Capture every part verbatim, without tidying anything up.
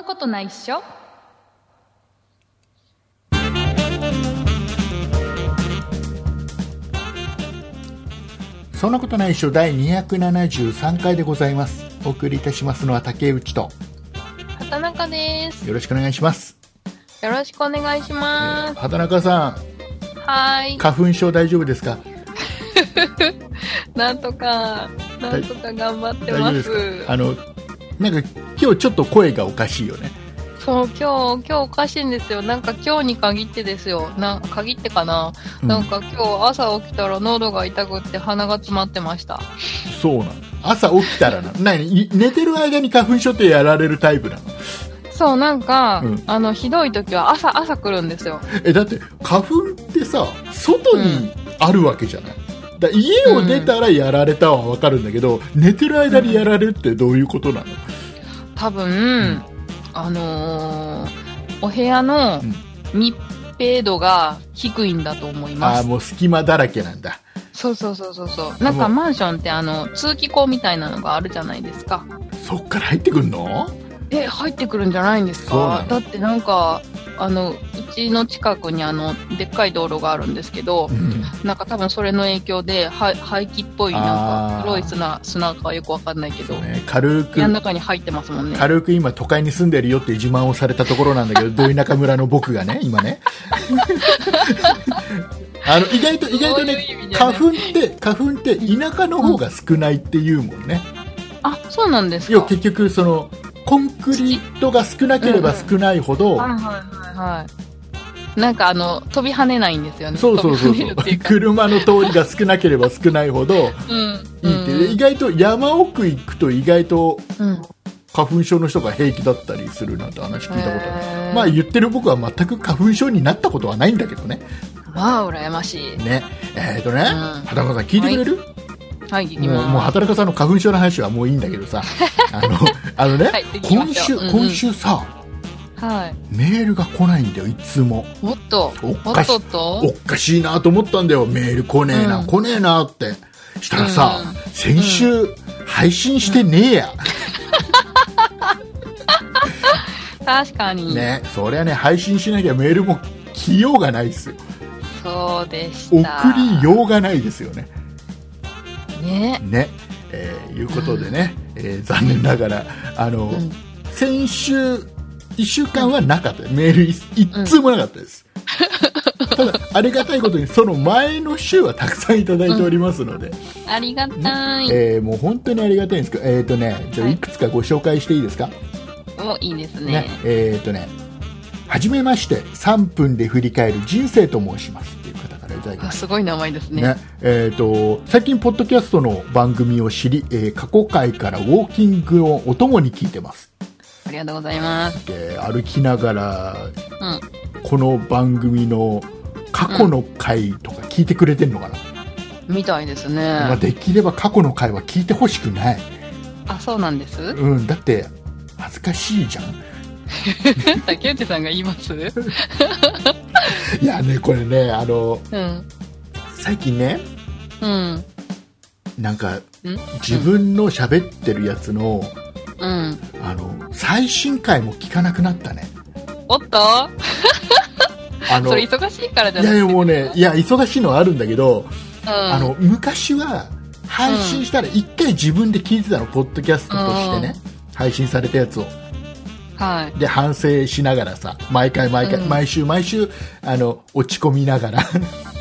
なことないっしょ。 そんなことないっしょだいにひゃくななじゅうさんかいでございます。お送りいたしますのは竹内と畑中です。 よろしくお願いします。 よろしくお願いします、 えー、畑中さん、 はい、 花粉症大丈夫ですか？ なんとかなんとか頑張ってます。 大丈夫ですか？あのなんか今日ちょっと声がおかしいよね。 そう、今日今日おかしいんですよ。なんか今日に限ってですよ。な限ってかな、うん、なんか今日朝起きたら喉が痛くって鼻が詰まってました。 そうなの。朝起きたらな何寝てる間に花粉症ってやられるタイプなの？ そう、なんか、うん、あのひどい時は朝朝来るんですよ。 えだって花粉ってさ外にあるわけじゃない、うん、だ家を出たらやられたは分かるんだけど、うん、寝てる間にやられるってどういうことなの？ 多分、うんあのー、お部屋の密閉度が低いんだと思います。 ああ、もう隙間だらけなんだ。 そうそうそうそうそう。なんかマンションってあの通気口みたいなのがあるじゃないですか。 そっから入ってくるの？ え、入ってくるんじゃないんですか？だってなんかあのうちの近くにあのでっかい道路があるんですけど、うん、なんか多分それの影響では排気っぽいなんか黒い砂砂かよくわかんないけど、ね、 軽く部屋の中に入ってますもんね。 軽く今都会に住んでるよって自慢をされたところなんだけどど田舎村の僕がね今ねあの意外と意外と ね, ね花粉って花粉って田舎の方が少ないっていうもんね、 うん、あ、そうなんですか。 いや結局そのコンクリートが少なければ少ないほど、うんうん、はいはいはいはい、なんかあの飛び跳ねないんですよね。 そうそうそうそう車の通りが少なければ少ないほどいいって、うん、意外と山奥行くと意外と花粉症の人が平気だったりするなんて話聞いたことある。まあ言ってる僕は全く花粉症になったことはないんだけどね。 まあ羨ましいね。えーとね、うん、畑中さん聞いてくれる？ はい、はい、もうもう畑中さんの花粉症の話はもういいんだけどさあのあのね、はい、今週、うんうん、今週さ、はい、メールが来ないんだよいつも。 おっとおかしおっとおかしいなと思ったんだよ。メール来ねえな、うん、来ねえなってしたらさ、うん、先週、うん、配信してねえや、 うん、確かにね。そりゃね配信しなきゃメールも来ようがないですよ。 そうでした。 送りようがないですよね。 ねね、えー、いうことでね、うん、えー、残念ながらあの、うん、先週いっしゅうかんはなかった、うん、メール一通もなかったです、うん、ただありがたいことにその前の週はたくさんいただいておりますので、 うん、ありがたい、 ね、えー、もう本当にありがたいんですけど、えーとね、じゃあいくつかご紹介していいですか？ はい、お、いいですね。 ね、えーとねはじめましてさんぷんで振り返る人生と申しますっていう方からいただきました。 すごい名前です ね, ね、えー、と最近ポッドキャストの番組を知り、えー、過去回からウォーキングをお供に聞いてます。 ありがとうございます。 で歩きながら、うん、この番組の過去の回とか聞いてくれてるのかな、 うん、みたいですね、 まあ、できれば過去の回は聞いてほしくない。 あ、そうなんです、 うん、だって恥ずかしいじゃん竹内さんが言いますいやねこれねあの、うん、最近ね、うん、なんか自分の喋ってるやつの、うん、あの最新回も聞かなくなったね。 おっとあのそれ忙しいからじゃない？ いやいやもうね、いや忙しいのはあるんだけど、うん、あの昔は配信したら一回自分で聞いてたの、ポッドキャストとしてね、うん、配信されたやつを。はい、で反省しながらさ毎回毎回、うん、毎週毎週あの落ち込みながら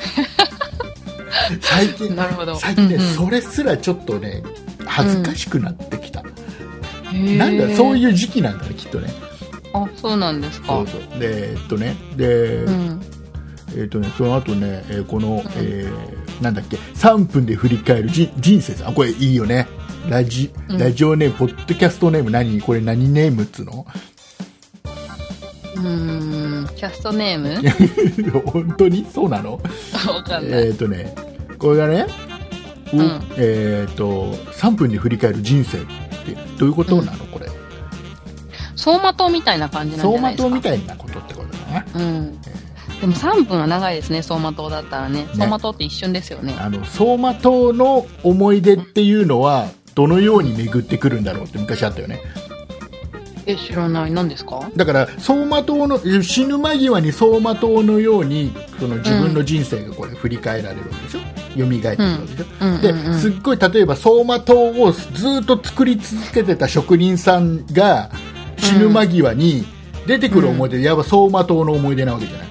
最近なるほど最近ね、うんうん、それすらちょっとね恥ずかしくなってきた、うん、なんだそういう時期なんだねきっとね。 あ、そうなんですか。 そうそうでえっとねで、うん、えっとねその後ね、えー、この、うんえー、なんだっけさんぷんで振り返るじ人生さん、これいいよね。ラジ、うん、ラジオネームポッドキャストネーム何これ何ネームっつの？ うーんキャストネーム本当にそうなの？ わかんない。 えっとねこれがね、うん、えっとさんぷんで振り返る人生ってどういうことなの、うん、これ走馬灯みたいな感じなんじゃないですか。 走馬灯みたいなことってことだね、うんえー、でもさんぷんは長いですね。走馬灯だったら ね, ね走馬灯って一瞬ですよね。 あの走馬灯の思い出っていうのはどのように巡ってくるんだろうって昔あったよね。 え、知らない。何ですか？ だから走馬灯の死ぬ間際に走馬灯のようにその自分の人生がこれ振り返られるわけでしょ、蘇ってくるわけでしょ、うんうんうんうん、ですっごい例えば走馬灯をずっと作り続けてた職人さんが死ぬ間際に出てくる思い出、うん、やっぱ走馬灯の思い出なわけじゃない。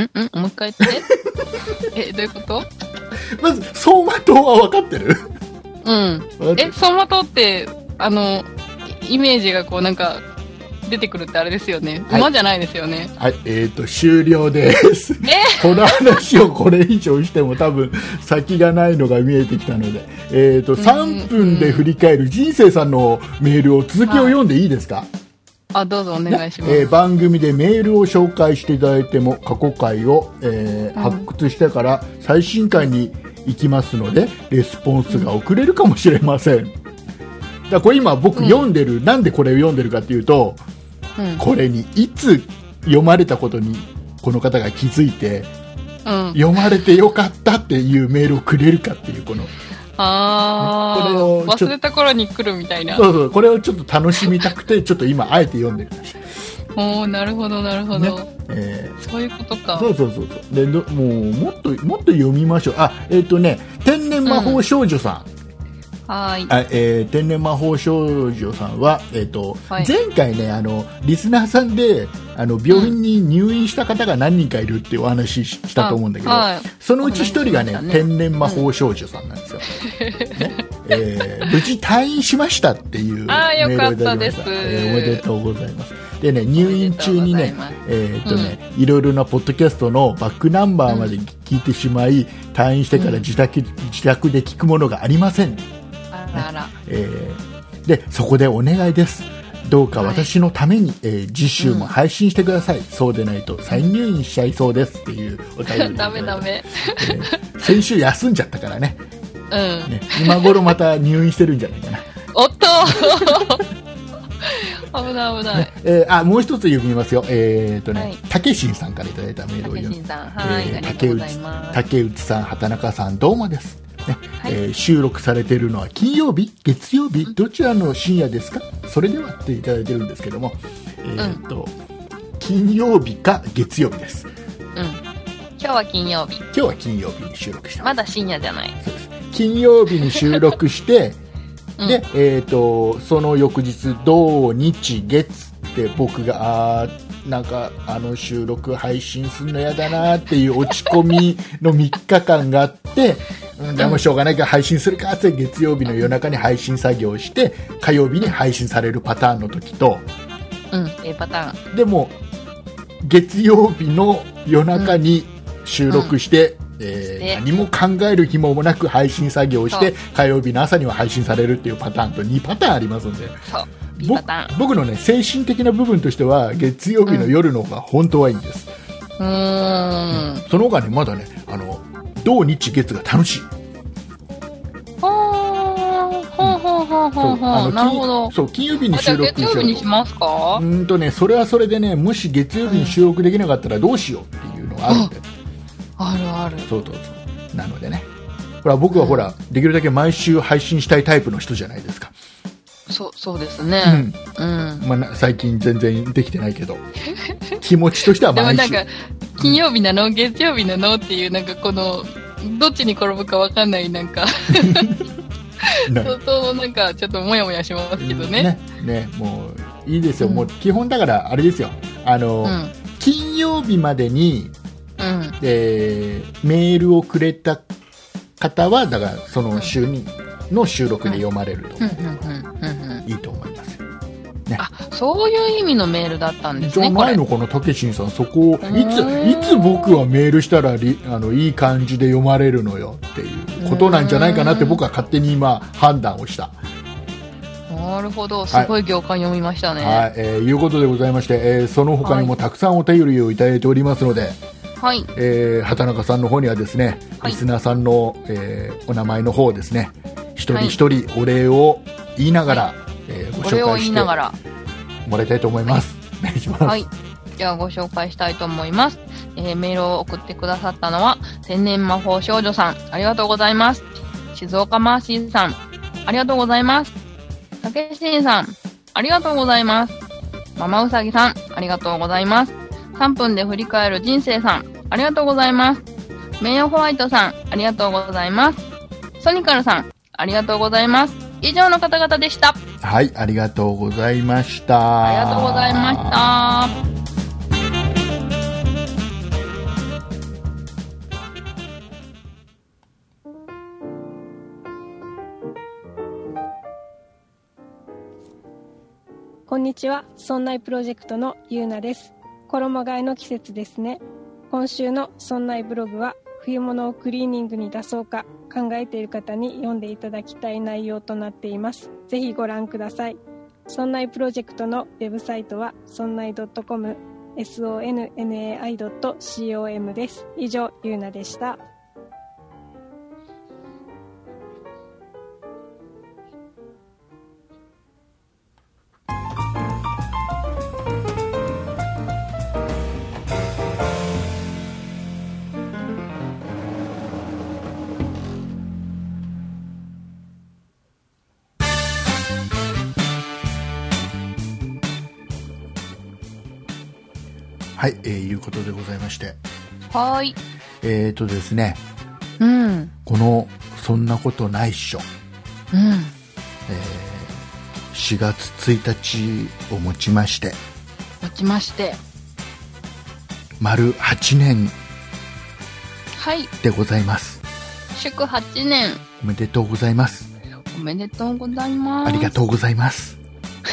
うんうん、もう一回言ってえ、どういうこと？ まず走馬灯は分かってる？ うん。え、走馬灯ってあのイメージがこうなんか出てくるってあれですよね。馬じゃないですよね。 はい、えっと終了です。この話をこれ以上しても多分先がないのが見えてきたので、えっとさんぷんで振り返る人生さんのメールを続きを読んでいいですか？はい、 あ、どうぞお願いします。 ね、えー、番組でメールを紹介していただいても過去回を、えー、発掘してから最新回に行きますのでレスポンスが遅れるかもしれません。だからこれ今僕読んでる、うん、なんでこれを読んでるかっていうと、うん、これにいつ読まれたことにこの方が気づいて、うん、読まれてよかったっていうメールをくれるかっていうこのあ、ね、これを忘れた頃に来るみたいな。 そうそう、これをちょっと楽しみたくてちょっと今あえて読んでみました。 おー、なるほどなるほど、ね、えー、そういうことか。 そうそうそうそう。でもうもっともっと読みましょう。あ、えっ、ー、とね天然魔法少女さん、うん、はい、あ、えー、天然魔法少女さんは、えーとはい、前回ねあのリスナーさんであの病院に入院した方が何人かいるっていうお話ししたと思うんだけど、はい、そのうち一人がね、ね、天然魔法少女さんなんですよ、うんねえー、無事退院しましたっていうメールをいただきました。えー、おめでとうございます。でね、入院中にね、えーっとね、うん、いろいろなポッドキャストのバックナンバーまで聞いてしまい、うん、退院してから自宅、自宅で聞くものがありません、ね、 あらあら、 えー、でそこでお願いです。どうか私のために、はい、えー、次週も配信してください、うん、そうでないと再入院しちゃいそうですっていうお便りダメダメ、 えー、先週休んじゃったからね、 うんね、今頃また入院してるんじゃないかな。 おっと危ない危ない、ね、 えー、あ、もう一つ読みますよ。えーとね、はい、竹新さんからいただいたメールを読みます。 はい、えー、 竹内、竹内さん、畑中さん、どうもです。ね、はい、えー、収録されているのは金曜日、月曜日、どちらの深夜ですか？それではっていただいてるんですけども、えーと、うん、金曜日か月曜日です。うん。 今日は金曜日。 今日は金曜日に収録してます。 まだ深夜じゃない。 そうです。金曜日に収録して。で、えーと、その翌日土日月って僕があなんかあの収録配信するのやだなっていう落ち込みのみっかかんがあって、うん、でもしょうがないから配信するかって月曜日の夜中に配信作業をして火曜日に配信されるパターンの時と、 うん、A パターンでも月曜日の夜中に収録して、うんうん、えー、何も考える暇もなく配信作業をして火曜日の朝には配信されるっていうパターンとにパターンありますんで、 そう、B パターン。 僕のね精神的な部分としては月曜日の夜の方が本当はいいんです。 うーん、 その方がねまだねあの土日月が楽しい。 ほーほうほうほうほうほう、なるほど。 そう、金曜日に収録月曜日にしますか？ うんとねそれはそれでねもし月曜日に収録できなかったらどうしようっていうのがあるんで、うん、 あるある。 そうそうそう。なのでね。ほら僕はほら、うん、できるだけ毎週配信したいタイプの人じゃないですか。 そうそうですね。うん。うん、 まあ最近全然できてないけど、気持ちとしては毎週。 でもなんか金曜日なの、うん、月曜日なのっていうなんかこのどっちに転ぶかわかんないなんか相当なんかちょっとモヤモヤしますけどね。 ね、ね、もういいですよ。うん、もう基本だからあれですよ。あの、うん、金曜日までに。うん、でメールをくれた方はだからその週にの収録で読まれるといいと思いますよ、 ね、あ、そういう意味のメールだったんですね。 じゃないのかな、たけしんさん。そこをいついつ僕はメールしたらりあのいい感じで読まれるのよっていうことなんじゃないかなって僕は勝手に今判断をした。 なるほど、すごい行間読みましたね。 はい、はい、えー、いうことでございまして、えー、その他にもたくさんお便りをいただいておりますので、はい、えー、畑中さんの方にはですね、はい、リスナーさんの、えー、お名前の方をですね一人一人お礼を言いながら、はい、えー、ご紹介してもらいたいと思います。はい、お願いします。はい、 ではご紹介したいと思います。えー、メールを送ってくださったのは天然魔法少女さん、ありがとうございます。静岡マーシーさん、ありがとうございます。たけしんさん、 ありがとうございます。ママウサギさん、ありがとうございます。さんぷんで振り返る人生さん、ありがとうございます。名誉ホワイトさん、ありがとうございます。ソニカルさん、ありがとうございます。以上の方々でした。 はい、ありがとうございました。 ありがとうございました。 こんにちは、そんないプロジェクトのゆうなです。衣替えの季節ですね。今週のそんないブログは、冬物をクリーニングに出そうか考えている方に読んでいただきたい内容となっています。ぜひご覧ください。そんないプロジェクトのウェブサイトは ソンナイドットコム、ソンナイドットコム です。以上、ゆうなでした。 はい、えー、いうことでございまして。 はーい。 えーとですね。 うん。 この、そんなことないっしょ。 うん。えー、しがつついたちをもちまして。 もちまして。 丸はちねん。 はい。 でございます。 祝はちねん。 おめでとうございます。 おめでとうございます。 ありがとうございます。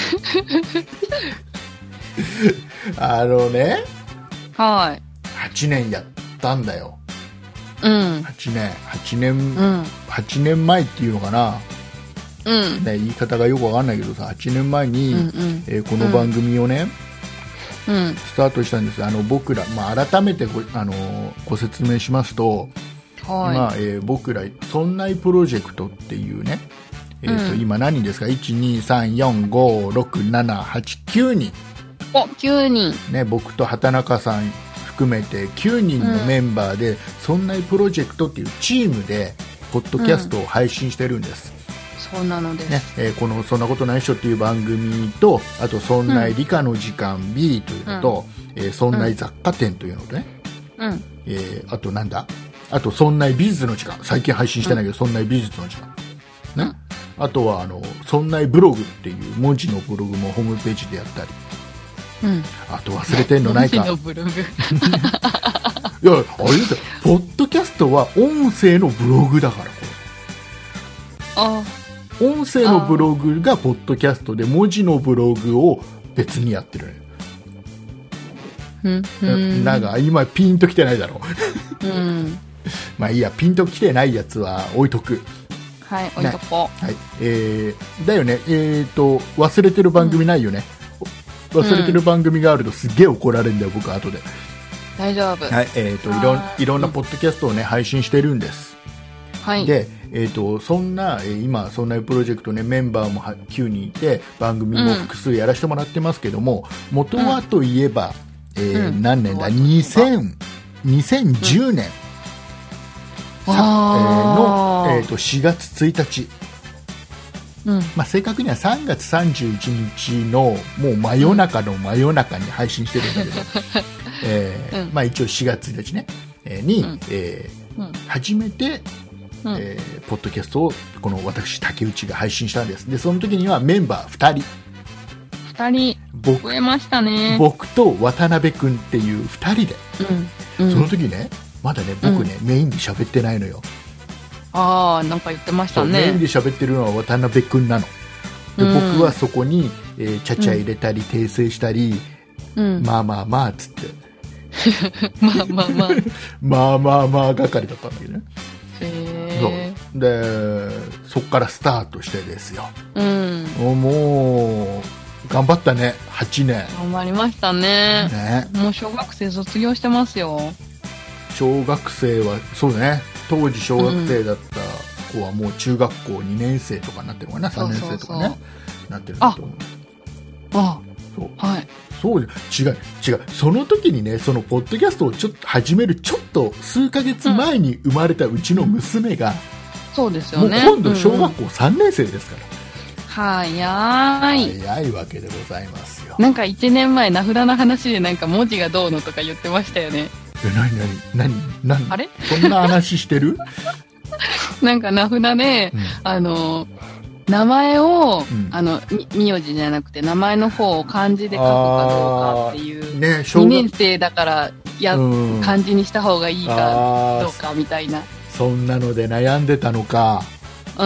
あのね。 はい。 はちねんやったんだよ。 うん。 はちねん、はちねん、 うん、 はちねんまえっていうのかな。 うん。 ね、言い方がよくわかんないけどさ、はちねんまえに、 うんうんえー、この番組をね、 うん、 スタートしたんです。あの僕ら、まあ、改めて ご,、あのー、ご説明しますと、 はい、 まあえー、僕らそんないプロジェクトっていうね、えーとうん、今何人ですか ?いち、に、さん、よん、ご、ろく、なな、はち、きゅうにん。 お、きゅうにん、 ね、僕と畑中さん含めてきゅうにんのメンバーで、うん、そんないプロジェクトっていうチームでポッドキャストを配信してるんです、 うん、そうなのです、 ねえー、このそんなことないっしょっていう番組と、あとそんない理科の時間 B というのと、うんえー、そんない雑貨店というのとね、 うんえー、あとなんだあとそんない美術の時間、最近配信してないけど、うん、そんない美術の時間ね、うん、あとはあのそんないブログっていう文字のブログもホームページでやったり、 うん、 あと忘れてんのないか。 文字のブログいや、あれですよ。ポッドキャストは音声のブログだから、これ。 あ音声のブログがポッドキャストで、文字のブログを別にやってる。 うん、うん、 なんか、今ピンときてないだろう。うん。 まあいいや、ピンときてないやつは置いとく。 はい、置いとこう。はい。えー、だよね。えーと、忘れてる番組ないよね。うん、忘れてる番組があるとすげえ怒られるんだよ、僕後で。 大丈夫。 はい、えーと、いろん、いろんなポッドキャストをね、配信してるんです。 はい。 で、えーと、そんな、えー、今、そんなプロジェクトね、メンバーもきゅうにんいて、番組も複数やらせてもらってますけども、元はといえば、うん、えーうん、何年だ、にせん、にせんじゅうねん、うんさえー、の、えーと、しがつついたち。 うんまあ、正確にはさんがつさんじゅういちにちのもう真夜中の真夜中に配信してるんだけど、えーうんまあ、一応しがつついたちね、えー、に、うんえーうん、初めて、うんえー、ポッドキャストをこの私竹内が配信したんです。でその時にはメンバーふたりふたり増えましたね。 僕と渡辺君っていうふたりで、 うんうん、 その時ねまだね僕ね、うん、メインで喋ってないのよ。 ああなんか言ってましたね。 メインで喋ってるのは渡辺君なので、うん、僕はそこに、えー、ちゃちゃ入れたり、うん、訂正したり、うん、まあまあまあっつってまあまあまあまあまあまあ係だったんだけどね。 へそうでそっからスタートしてですよ、 うん、 もう頑張ったね。はちねん頑張りました ね, ねもう小学生卒業してますよ。 小学生はそうね当時小学生だった子はもう中学校にねん生とかになってるのかな、さんねん生とかねそうそうそうなってるんだと思う。 ああそうはいそう違う違うその時にねそのポッドキャストをちょっと始めるちょっと数ヶ月前に生まれたうちの娘が、 うん、そうですよねもう今度小学校さんねん生ですか早い。 早いわけでございますよ。 なんかいちねんまえ名札の話でなんか文字がどうのとか言ってましたよね。 え、なになになになにあれそんな話してるなんか名札で、うん、あの、名前を、うん、あの、み、名字じゃなくて名前の方を漢字で書くかどうかっていう、ね、にねん生だからや、うん、漢字にした方がいいかどうかみたいな。 そんなので悩んでたのか。 うん。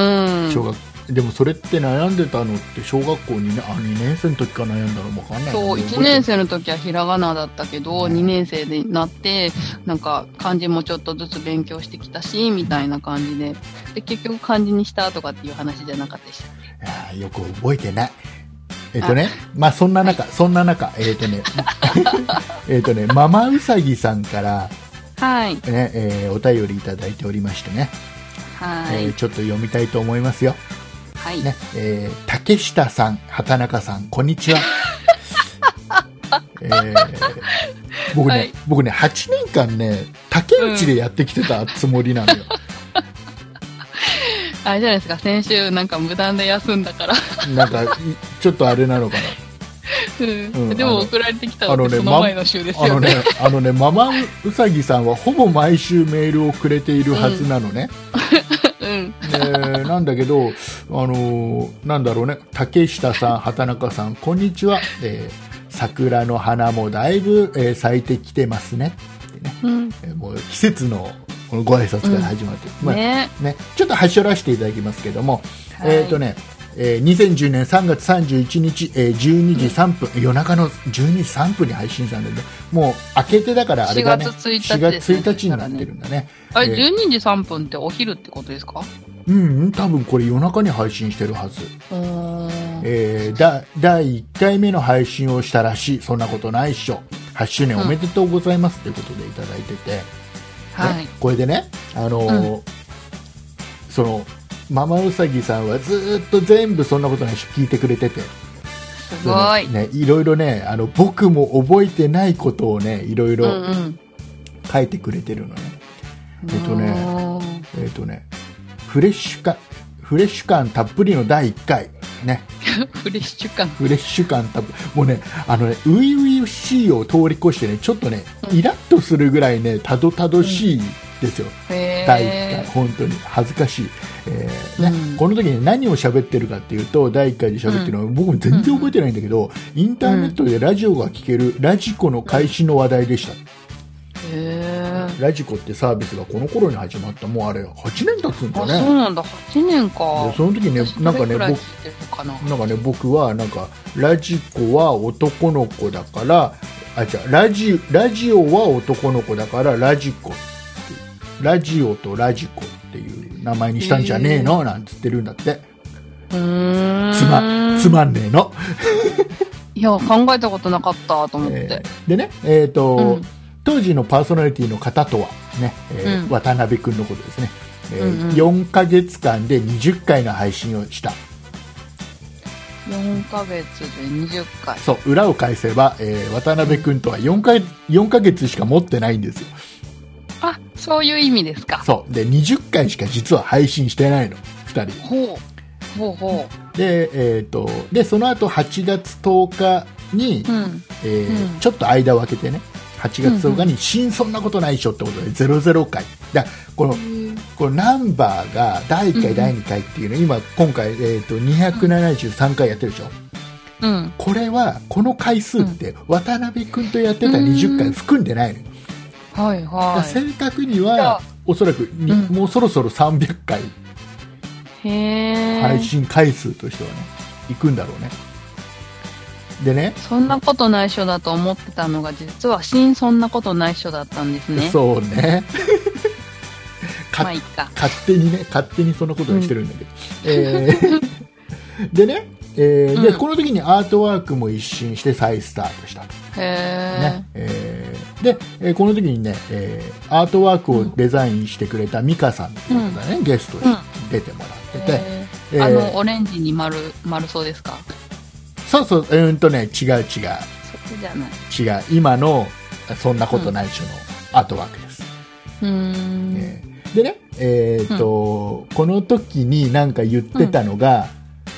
小学でもそれって悩んでたのって小学校にね、あ、にねん生の時から悩んだのもわかんない。 そう、いちねん生の時はひらがなだったけど、うん、にねん生になって、なんか漢字もちょっとずつ勉強してきたし、みたいな感じで。で、結局漢字にしたとかっていう話じゃなかったでした。 いやよく覚えてない。えっとね、まあそんな中、はい、そんな中、えっとね、えっとね、ママウサギさんから、 はい。 ね、えー、お便りいただいておりましてね。 はい。 えー、ちょっと読みたいと思いますよ。 はい。 ね、えー、竹下さん、畑中さん、こんにちは。えー、僕ね、はい、僕ね、はちねんかんね、竹内でやってきてたつもりなんだよ。 うん、あれじゃないですか、先週なんか無断で休んだから。 なんか、ちょっとあれなのかな。 うんうん、でも送られてきたのってその前の週ですよね。 あのね、ママウサギさんはほぼ毎週メールをくれているはずなのね。 うん、 えー、なんだけど、あのー、なんだろうね、竹下さん、畑中さん、こんにちは。えー、桜の花もだいぶ、えー、咲いてきてますね。ってね、うんえー、もう季節のご挨拶から始まって、うんまあねね、ちょっとはしょらせていただきますけども、はい、えっとね、えー、にせんじゅうねんさんがつさんじゅういちにち、えー、じゅうにじさんぷん、うん、夜中のじゅうにじさんぷんに配信したんで、ね、もう明けてだからあれだね、 しがつついたちですね、 しがつついたちになってるんだね。 あれ、えー、じゅうにじさんぷんってお昼ってことですか？ うん、多分これ夜中に配信してるはず。えー、だだいいっかいめの配信をしたらしい。そんなことないっしょ。はちしゅうねんおめでとうございます、うん、ということでいただいてて、 はい、 ね、これでね、あのーうん、そのママウサギさんはずっと全部そんなことないし聞いてくれてて、 すごい、 ね、いろいろね、あの僕も覚えてないことをね、いろいろ書いてくれてるのね。うんうん、えっとね、えっとね、フレッシュ感、フレッシュ感たっぷりのだいいっかいね。 フレッシュ感。 フレッシュ感たっぷり、もうね、あのね、初々しいを通り越してね、ちょっとね、うん、イラッとするぐらいね、たどたどしいですよ。うん、だいいっかい、本当に恥ずかしい。えーねうん、この時に何を喋ってるかっていうと、だいいっかいで喋ってるのは、うん、僕も全然覚えてないんだけど、うん、インターネットでラジオが聴けるラジコの開始の話題でした。 へー、 ラジコってサービスがこの頃に始まった。もうあれはちねん経つんだね。 あ、そうなんだ、はちねんか。 その時ね、なんかね、僕なんかね、僕はなんかラジコは男の子だから、あ、じゃラジラジオは男の子だからラジコって、ラジオとラジコっていう名前にしたんじゃねえのなんつってるんだって。 うーん、 つまつまんねえの。 いや、考えたことなかったと思って。 えー、でね、えっと、うん、当時のパーソナリティの方とは、ねえーうん、渡辺君のことですね、えーうんうん、よんかげつかんでにじゅっかいの配信をした。 よんかげつでにじゅっかい。 そう、裏を返せば、えー、渡辺君とはよんかげつしか持ってないんですよ。 あ、そういう意味ですか。 そうで、にじゅっかいしか実は配信してないの、ふたり。 ほうほうほう。で、えー、とでその後はちがつとおかに、うんえーうん、ちょっと間を空けてね、はちがつとおかに新そんなことないっしょってことでゼロゼロかいだ。このこのナンバーがだいいっかい、だいにかいっていうの、今今回、えー、とにひゃくななじゅうさんかいやってるでしょ、 うん、 これはこの回数って渡辺君とやってたにじゅっかい含んでないの、 うん、はいはい。 正確にはおそらくに、うん、もうそろそろさんびゃっかいへ配信回数としてはねいくんだろうね。でね、 そんなことないっしょだと思ってたのが、実は新そんなことないっしょだったんですね。 そうね。 まあいいか。 勝手にね、勝手にそんなことにしてるんだけど。うん、えー、でね、えーうん、でこの時にアートワークも一新して再スタートした。 へー、 ねえー、で、えー、この時にね、えー、アートワークをデザインしてくれたミカさんっていうのがね、うん、ゲストに出てもらってて、 えー、あのオレンジに丸丸そうですか。 そうそう、えー、んとね、違う違う。そこじゃない。 違う。今の、そんなことないっしょのアートワークです。 うん。 えー、でね、えー、っと、うん、この時になんか言ってたのが、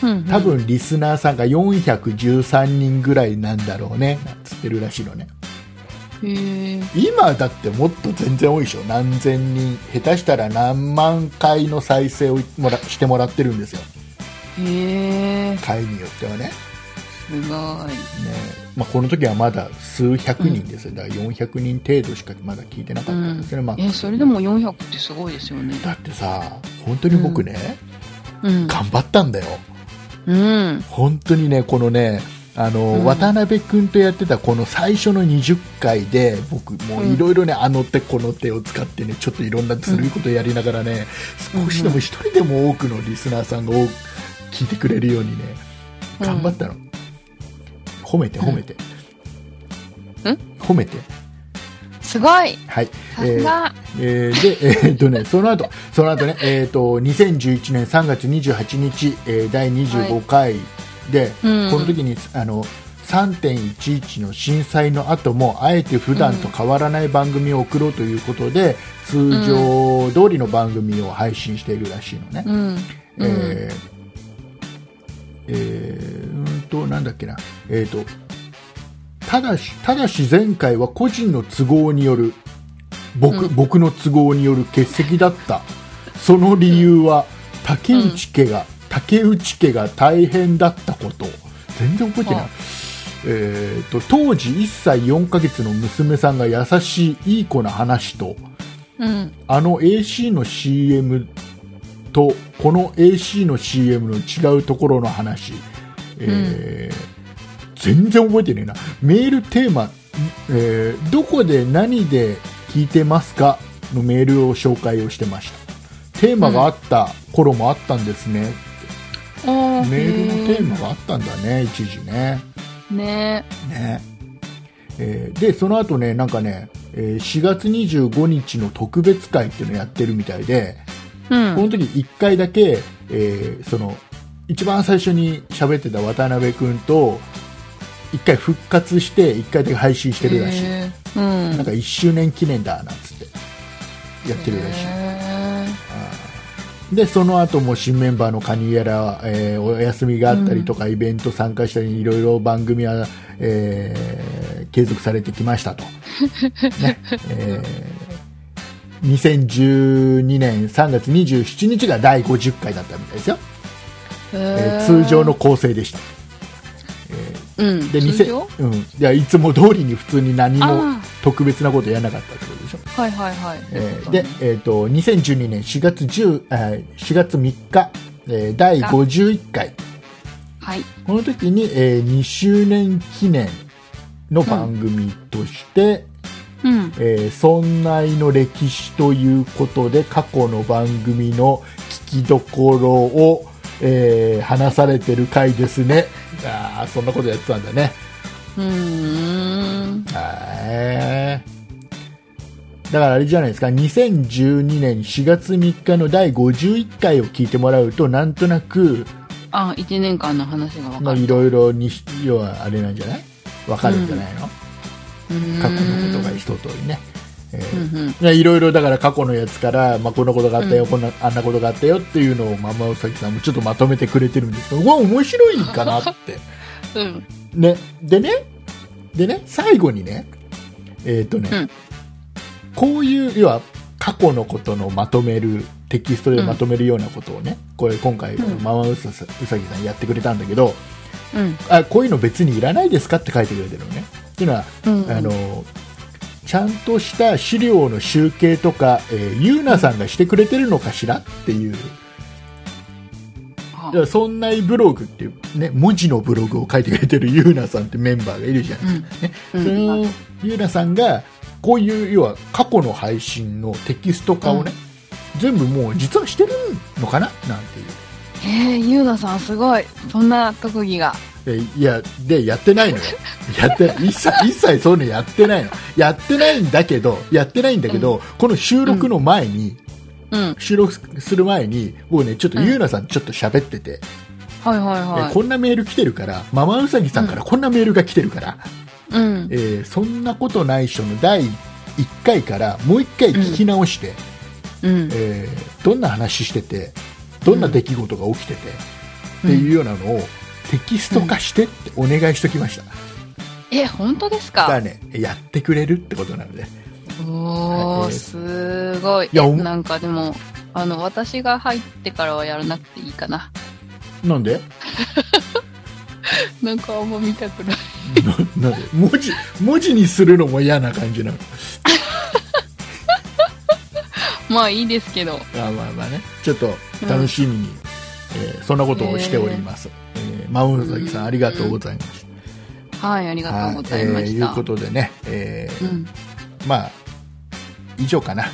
うんうん、 多分リスナーさんがよんひゃくじゅうさんにんぐらいなんだろうねなんつってるらしいのね。 へ今だってもっと全然多いでしょ。何千人、下手したら何万回の再生をもらしてもらってるんですよ。 へ回によってはね。 すごい、ねまあ、この時はまだ数百人ですよ、うん、だからよんひゃくにん程度しかまだ聞いてなかったんですね、うんまあ、 えそれでもよんひゃくってすごいですよね。 だってさ本当に僕ね、 うん、 頑張ったんだよ、 うん、 本当にねこのねあの、うん、渡辺君とやってたこの最初のにじゅっかいで僕もういろいろね、うん、あの手この手を使ってねちょっといろんなずるいことやりながらね、うん、少しでも一人でも多くのリスナーさんが聞いてくれるようにね頑張ったの、うん、褒めて褒めて、 うん、 褒めてすごいはい、 さすが、 えー、で、えーっとね、その後その後ね、えー、とにせんじゅういちねんさんがつにじゅうはちにち、えー、だいにじゅうごかいで、はい、この時にあの さんてんいちいち の震災の後もあえて普段と変わらない番組を送ろうということで、うん、通常通りの番組を配信しているらしいのね、うんえーえー、うんとなんだっけな、えーとただし、ただし前回は個人の都合による 僕,、うん、僕の都合による欠席だった。その理由は竹内家が、うん、竹内家が大変だったこと。全然覚えてない、えー、と当時いっさいよんかげつの娘さんが優しいいい子な話と、うん、あの エーシー の シーエム とこの エーシー の シーエム の違うところの話、えーうん全然覚えてねえな。メールテーマ、えー、どこで何で聞いてますかのメールを紹介をしてました。テーマがあった頃もあったんですね、うん、メールのテーマがあったんだね一時ね。 ねね、えー、でその後ねなんかねしがつにじゅうごにちの特別会っていうのをやってるみたいで、うん、この時いっかいだけ、えー、その一番最初に喋ってた渡辺君と一回復活して一回だけ配信してるらしい、うん、なんかいっしゅうねん記念だなんつってやってるらしい。でその後も新メンバーのカニエラ、えー、お休みがあったりとか、うん、イベント参加したりいろいろ番組は、えー、継続されてきましたと、ねえー、にせんじゅうにねんさんがつにじゅうしちにちがだいごじゅっかいだったみたいですよ、えー、通常の構成でした。 うん、 で通常、 うん、いやいつも通りに普通に何も特別なことやらなかったってことでしょ。 はいはいはい、 えー、で、えー、とにせんじゅうにねんしがつじゅう、えー、しがつみっか、えー、だいごじゅういっかい、 はい、 この時に、えー、にしゅうねん記念の番組として、うんえー、そんないの歴史ということで過去の番組の聞きどころをえー、話されてる回ですね。あそんなことやってたんだね。 うーんはいだからあれじゃないですかにせんじゅうにねんしがつみっかのだいごじゅういっかいを聞いてもらうとなんとなくあいちねんかんの話が分かる。 いろいろに要はあれなんじゃない分かるんじゃないの、うん、過去のことが一通りね。えー、いろいろだから過去のやつから、まあ、こんなことがあったよ、うん、こんなあんなことがあったよっていうのをママウサギさんもちょっとまとめてくれてるんですけどうわ面白いかなって、うんね、でねでね最後にねえっ、ー、とね、うん、こういう要は過去のことのまとめるテキストでまとめるようなことをね、うん、これ今回、うん、ママウサギさんやってくれたんだけど、うん、あこういうの別にいらないですかって書いてくれてるのね。っていうのは、うんうん、あのちゃんとした資料の集計とか、えー、ゆうなさんがしてくれてるのかしらっていう、うん、そんなブログっていう、ね、文字のブログを書いてくれてるゆうなさんってメンバーがいるじゃないですか、ねうん、そのゆうなさんがこういう要は過去の配信のテキスト化をね、うん、全部もう実はしてるのかななんていう。 へえゆうなさんすごいそんな特技が。 いやでやってないのよやって一切一切そういうのやってないのやってないんだけどやってないんだけど、うん、この収録の前に、うん、収録する前に僕ねちょっとゆうなさんちょっと喋ってて、 うん、はいはいはい、 こんなメール来てるからママウサギさんからこんなメールが来てるから、 うんえー、そんなことない人のだいいっかいからもういっかい聞き直して、うんえー、どんな話しててどんな出来事が起きてて、 っていうようなのをテキスト化してってお願いしときました。 うん、え、本当ですか？ だからね、やってくれるってことなので。 おー、はい、すごい。いや、なんかでも、あの、私が入ってからはやらなくていいかな。 なんで？ なんかあんま見たくない。 な、なんで文字、文字にするのも嫌な感じなの。 まあいいですけど。 あ、まあまあね。ちょっと楽しみに、うん、えー、そんなことをしております。えーえー、マウンザキさん、ありがとうございました。 うん、はい、ありがとうございました。と、えー、 いうことでね、えーうん、まあ、以上かな。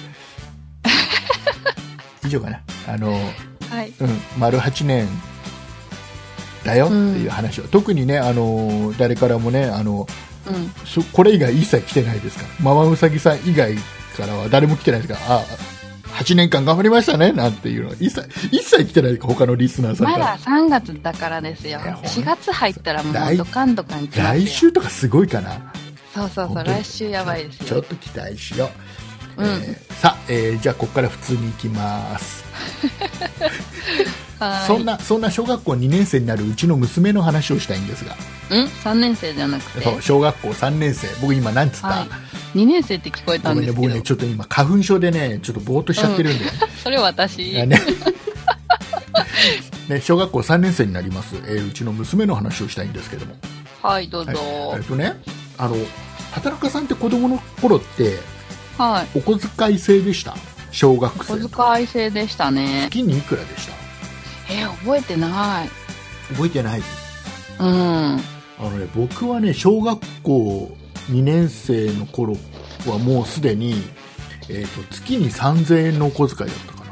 以上かな。あの、 はい、 うん、丸はちねんだよっていう話を、うん、特にね、あの誰からもね、あの、うん、そこれ以外一切来てないですから、ママウサギさん以外からは誰も来てないですから、あ、はちねんかん頑張りましたねなんていうのは一切一切来てないですか、他のリスナーさんから。 まださんがつだからですよ。しがつ入ったらもうドカンドカン来ますよ。 来週とかすごいかな。 そうそうそう、来週やばいですよ。 ちょっと期待しよう。うん、えー、さあ、えー、じゃあここから普通に行きますそんなそんな小学校にねん生になるうちの娘の話をしたいんですが。 んさんねん生じゃなくて。 そう小学校さんねん生。僕今何つった、はい、 にねん生って聞こえたんですけど。 ごめんね、僕ねちょっと今花粉症でねちょっとぼーっとしちゃってるんで、うん、 それ私ねね、小学校さんねん生になります、えー、うちの娘の話をしたいんですけども。 はいどうぞ。はい、 えっとね、あの畑中さんって子供の頃ってはい、 お小遣い制でした？小学生。 お小遣い制でしたね。 月にいくらでした？ えー、覚えてない。 覚えてない？ うん。あのね、僕はね、小学校にねん生の頃はもうすでに、えーと、月にさんぜんえんのお小遣いだったかな。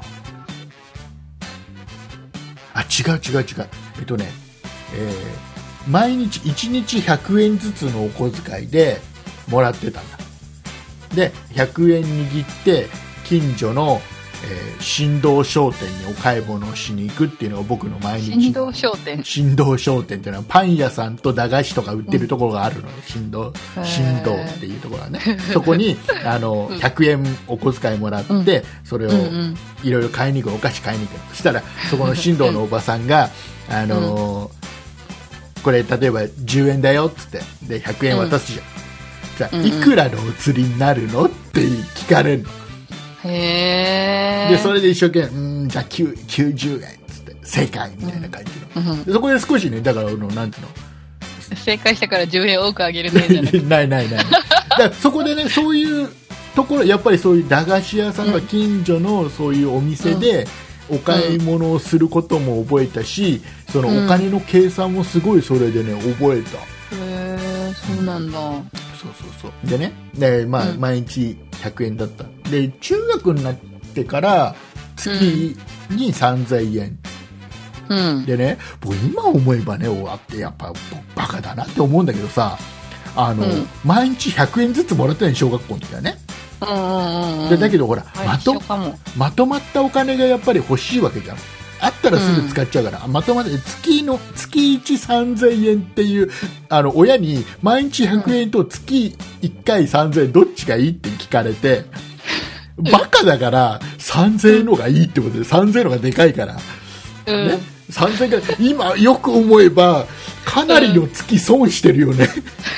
あ、違う違う違う。えっとね、えー、毎日いちにちひゃくえんずつのお小遣いでもらってたんだ。でひゃくえん握って近所の、えー、新道商店にお買い物をしに行くっていうのが僕の毎日。 新道商店新道商店っていうのはパン屋さんと駄菓子とか売ってるところがあるのよ、うん、新道新道っていうところはねそこにあのひゃくえんお小遣いもらって、うん、それをいろいろ買いに行く、お菓子買いに行く。そしたらそこの新道のおばさんがあのーうん、これ例えばじゅうえんだよっつってでひゃくえん渡すじゃん、うんじゃあいくらのお釣りになるのって聞かれるの。 へー。 でそれで一生懸命うんじゃあきゅうじゅうえんっつって正解みたいな感じの、うん、でそこで少しねだからのなんていうの正解したからじゅうえん多くあげるねじゃないないないだからそこでねそういうところやっぱりそういう駄菓子屋さんが近所のそういうお店でお買い物をすることも覚えたし、そのお金の計算もすごいそれでね覚えた。 へー、そうなんだ。 そうそうそうでねで、まあうん、毎日ひゃくえんだったで中学になってから月にさんぜんえん、うん、でね僕今思えばね終わってやっぱバカだなって思うんだけどさあの、うん、毎日ひゃくえんずつもらったの小学校の時はね、 うんうんうん、 でだけどほら、はい、まとまとまったお金がやっぱり欲しいわけじゃん。あったらすぐ使っちゃうから、うん、まとまって月の月いちさんぜんえんっていうあの親に毎日ひゃくえんと月いっかいさんぜんえんどっちがいいって聞かれて、バカだからさんぜんえんのがいいってことでさんぜんえんのがでかいから、うんね、さんぜんえんから今よく思えばかなりの月損してるよね、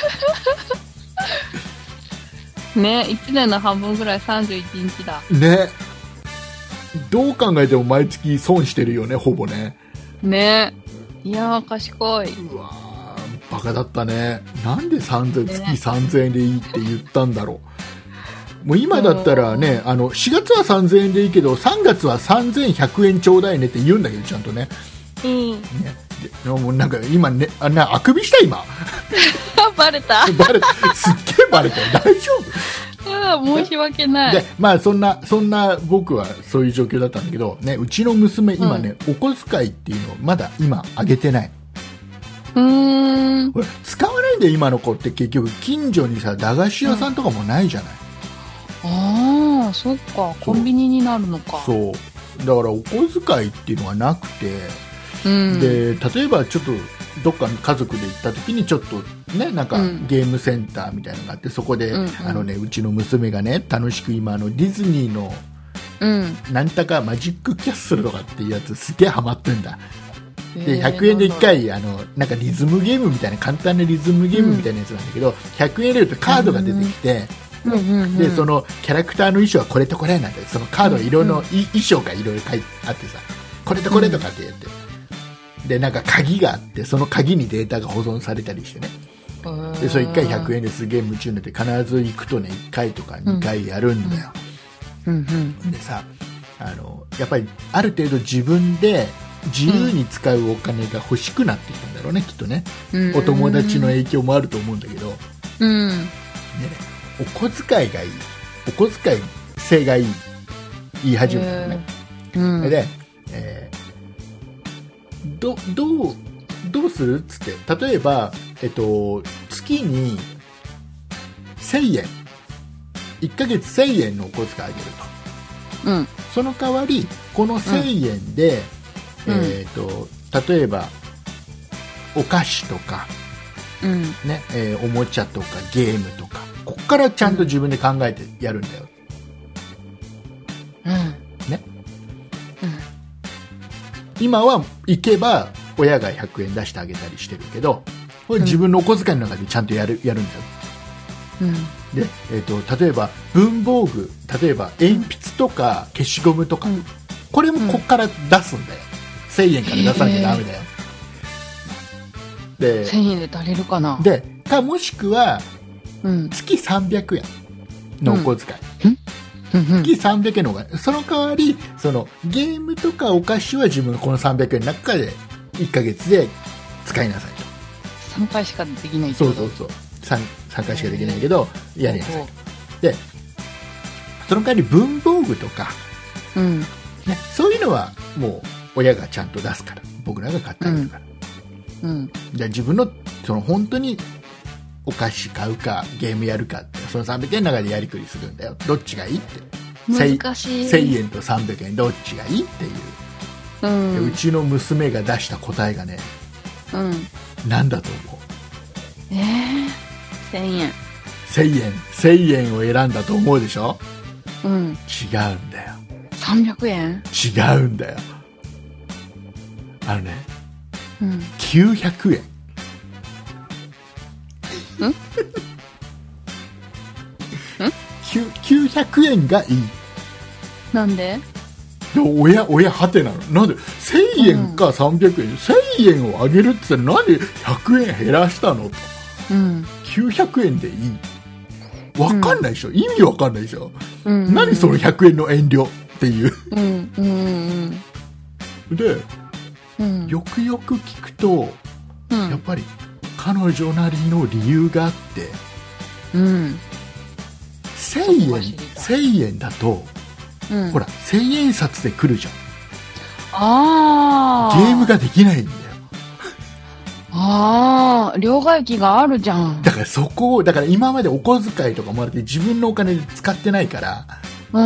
うん、ねいちねんの半分ぐらいさんじゅういちにちだね。どう考えても毎月損してるよねほぼね。 ねいやー賢い。 うわーバカだったね。なんでさんぜん、ね、月さんぜんえんでいいって言ったんだろう。もう今だったらねあのしがつはさんぜんえんでいいけどさんがつはさんぜんひゃくえんちょうだいねって言うんだけどちゃんとね。 うんねでもうなんか今ねあなあくびした今バレたバレたすっげえバレたよ大丈夫あ申し訳ない。 でまあそんなそんな僕はそういう状況だったんだけどねうちの娘今ね、うん、お小遣いっていうのをまだ今あげてない。 うーんこれ使わないで今の子って結局近所にさ駄菓子屋さんとかもないじゃない、 うん、ああそっかコンビニになるのか。 そうだからお小遣いっていうのがなくて、うん、で例えばちょっとどっか家族で行った時にちょっとねなんかゲームセンターみたいなのがあってそこで、うん、あのねうちの娘がね楽しく今あのディズニーの、うん、なんたかマジックキャッスルとかっていうやつすげえハマってんだ。 でひゃくえんでいっかいあのなんかリズムゲームみたいな簡単なリズムゲームみたいなやつなんだけど、うん、ひゃくえん入れるとカードが出てきて、うんうんうん、でそのキャラクターの衣装はこれとこれなんで、そのカードの色の、うんうん、衣装がいろいろ書いてあってさ、これとこれとかって言って、うん、でなんか鍵があって、その鍵にデータが保存されたりしてね、でそれいっかいひゃくえんですげえ夢中になって必ず行くとねいっかいとかにかいやるんだよ、うんうんうん、でさあのやっぱりある程度自分で自由に使うお金が欲しくなってきたんだろうね、きっとね、うん、お友達の影響もあると思うんだけど、うんでね、お小遣いがいい、お小遣い制がいい言い始めたのね、うん、で、えー、ど, どうどうするっつって例えば、えっと、月にせんえんいっかげつせんえんのお小遣いあげると、うん、その代わりこのせんえんで、うんえー、と例えばお菓子とか、うんねえー、おもちゃとかゲームとかここからちゃんと自分で考えてやるんだよ、うんねうん、今は行けば親がひゃくえん出してあげたりしてるけど、これ自分のお小遣いの中でちゃんとやる、やるんだよ、うん、で、えー、と例えば文房具、例えば鉛筆とか消しゴムとか、うん、これもここから出すんだよ、せんえんから出さなきゃダメだよ、 でせんえんで足りるかな、 でかもしくは、うん、月さんびゃくえんのお小遣い、うん、月さんびゃくえんのお金、その代わりそのゲームとかお菓子は自分のこのさんびゃくえんの中でいっかげつで使いなさいと、 さんかいしかできないってこと、そうそうそう 3, さんかいしかできないけどやりなさいと、でその代わり文房具とか、うんね、そういうのはもう親がちゃんと出すから、僕らが買ってあげるから、うんうん、じゃあ自分のその本当にお菓子買うかゲームやるかってそのさんびゃくえんの中でやりくりするんだよ、どっちがいいって難しい、 せんえんとさんびゃくえんどっちがいいっていう、うん、うちの娘が出した答えがね、うん、なんだと思う、 えー、せんえんせんえんせんえんを選んだと思うでしょ、うん、違うんだよ、 さんびゃくえん違うんだよ、あのね、うん、きゅうひゃくえんんんきゅうひゃくえんがいい、 なんで親親はてなの、なんでせんえんかさんびゃくえん、うん、せんえんをあげるって言ったらなんでひゃくえん減らしたのと、うん、きゅうひゃくえんでいい、分かんないでしょ、うん、意味分かんないでしょ、うんうん、何そのひゃくえんの遠慮っていう、うんうんうん、で、うん、よくよく聞くと、うん、やっぱり彼女なりの理由があって、うん、せんえんせんえんだと、うん、ほらせんえん札で来るじゃん、あゲームができないんだよ、 ああ両替機があるじゃん、 だからそこをだから今までお小遣いとかもらって自分のお金で使ってないから、うん、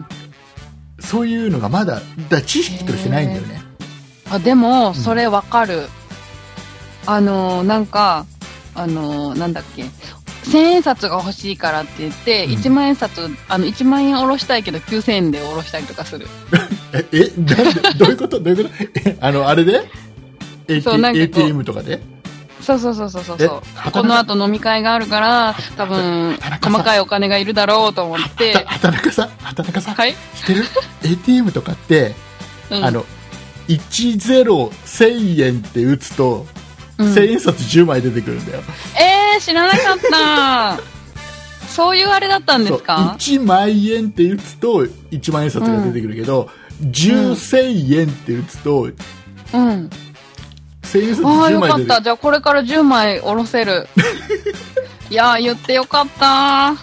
そういうのがまだだ知識としてないんだよね、 あでもそれわかる、うん、あのなんかあのなんだっけせんえん札が欲しいからって言って、うん、いちまんえん札あのいちまんえん下ろしたいけどきゅうせんえんで下ろしたりとかするええなんでどういうことどういうことえあのあれで エーティーエム とかでそうそうそうそうそうそうこの後飲み会があるから多分細かいお金がいるだろうと思って畑中さん畑中さん、はい、知ってる エーティーエム とかって、うん、あのいちゼロせんえんって打つと、うん、せんえん札じゅうまい出てくるんだよ、 えー、知らなかったそういうあれだったんですか、 いちまんえんって打つといちまんえん札が出てくるけど、うん、じゅうせんえんって打つと、うん、せんえん札じゅうまい出てくる。ああよかった、 じゃあこれからじゅうまい下ろせるいやー言ってよかった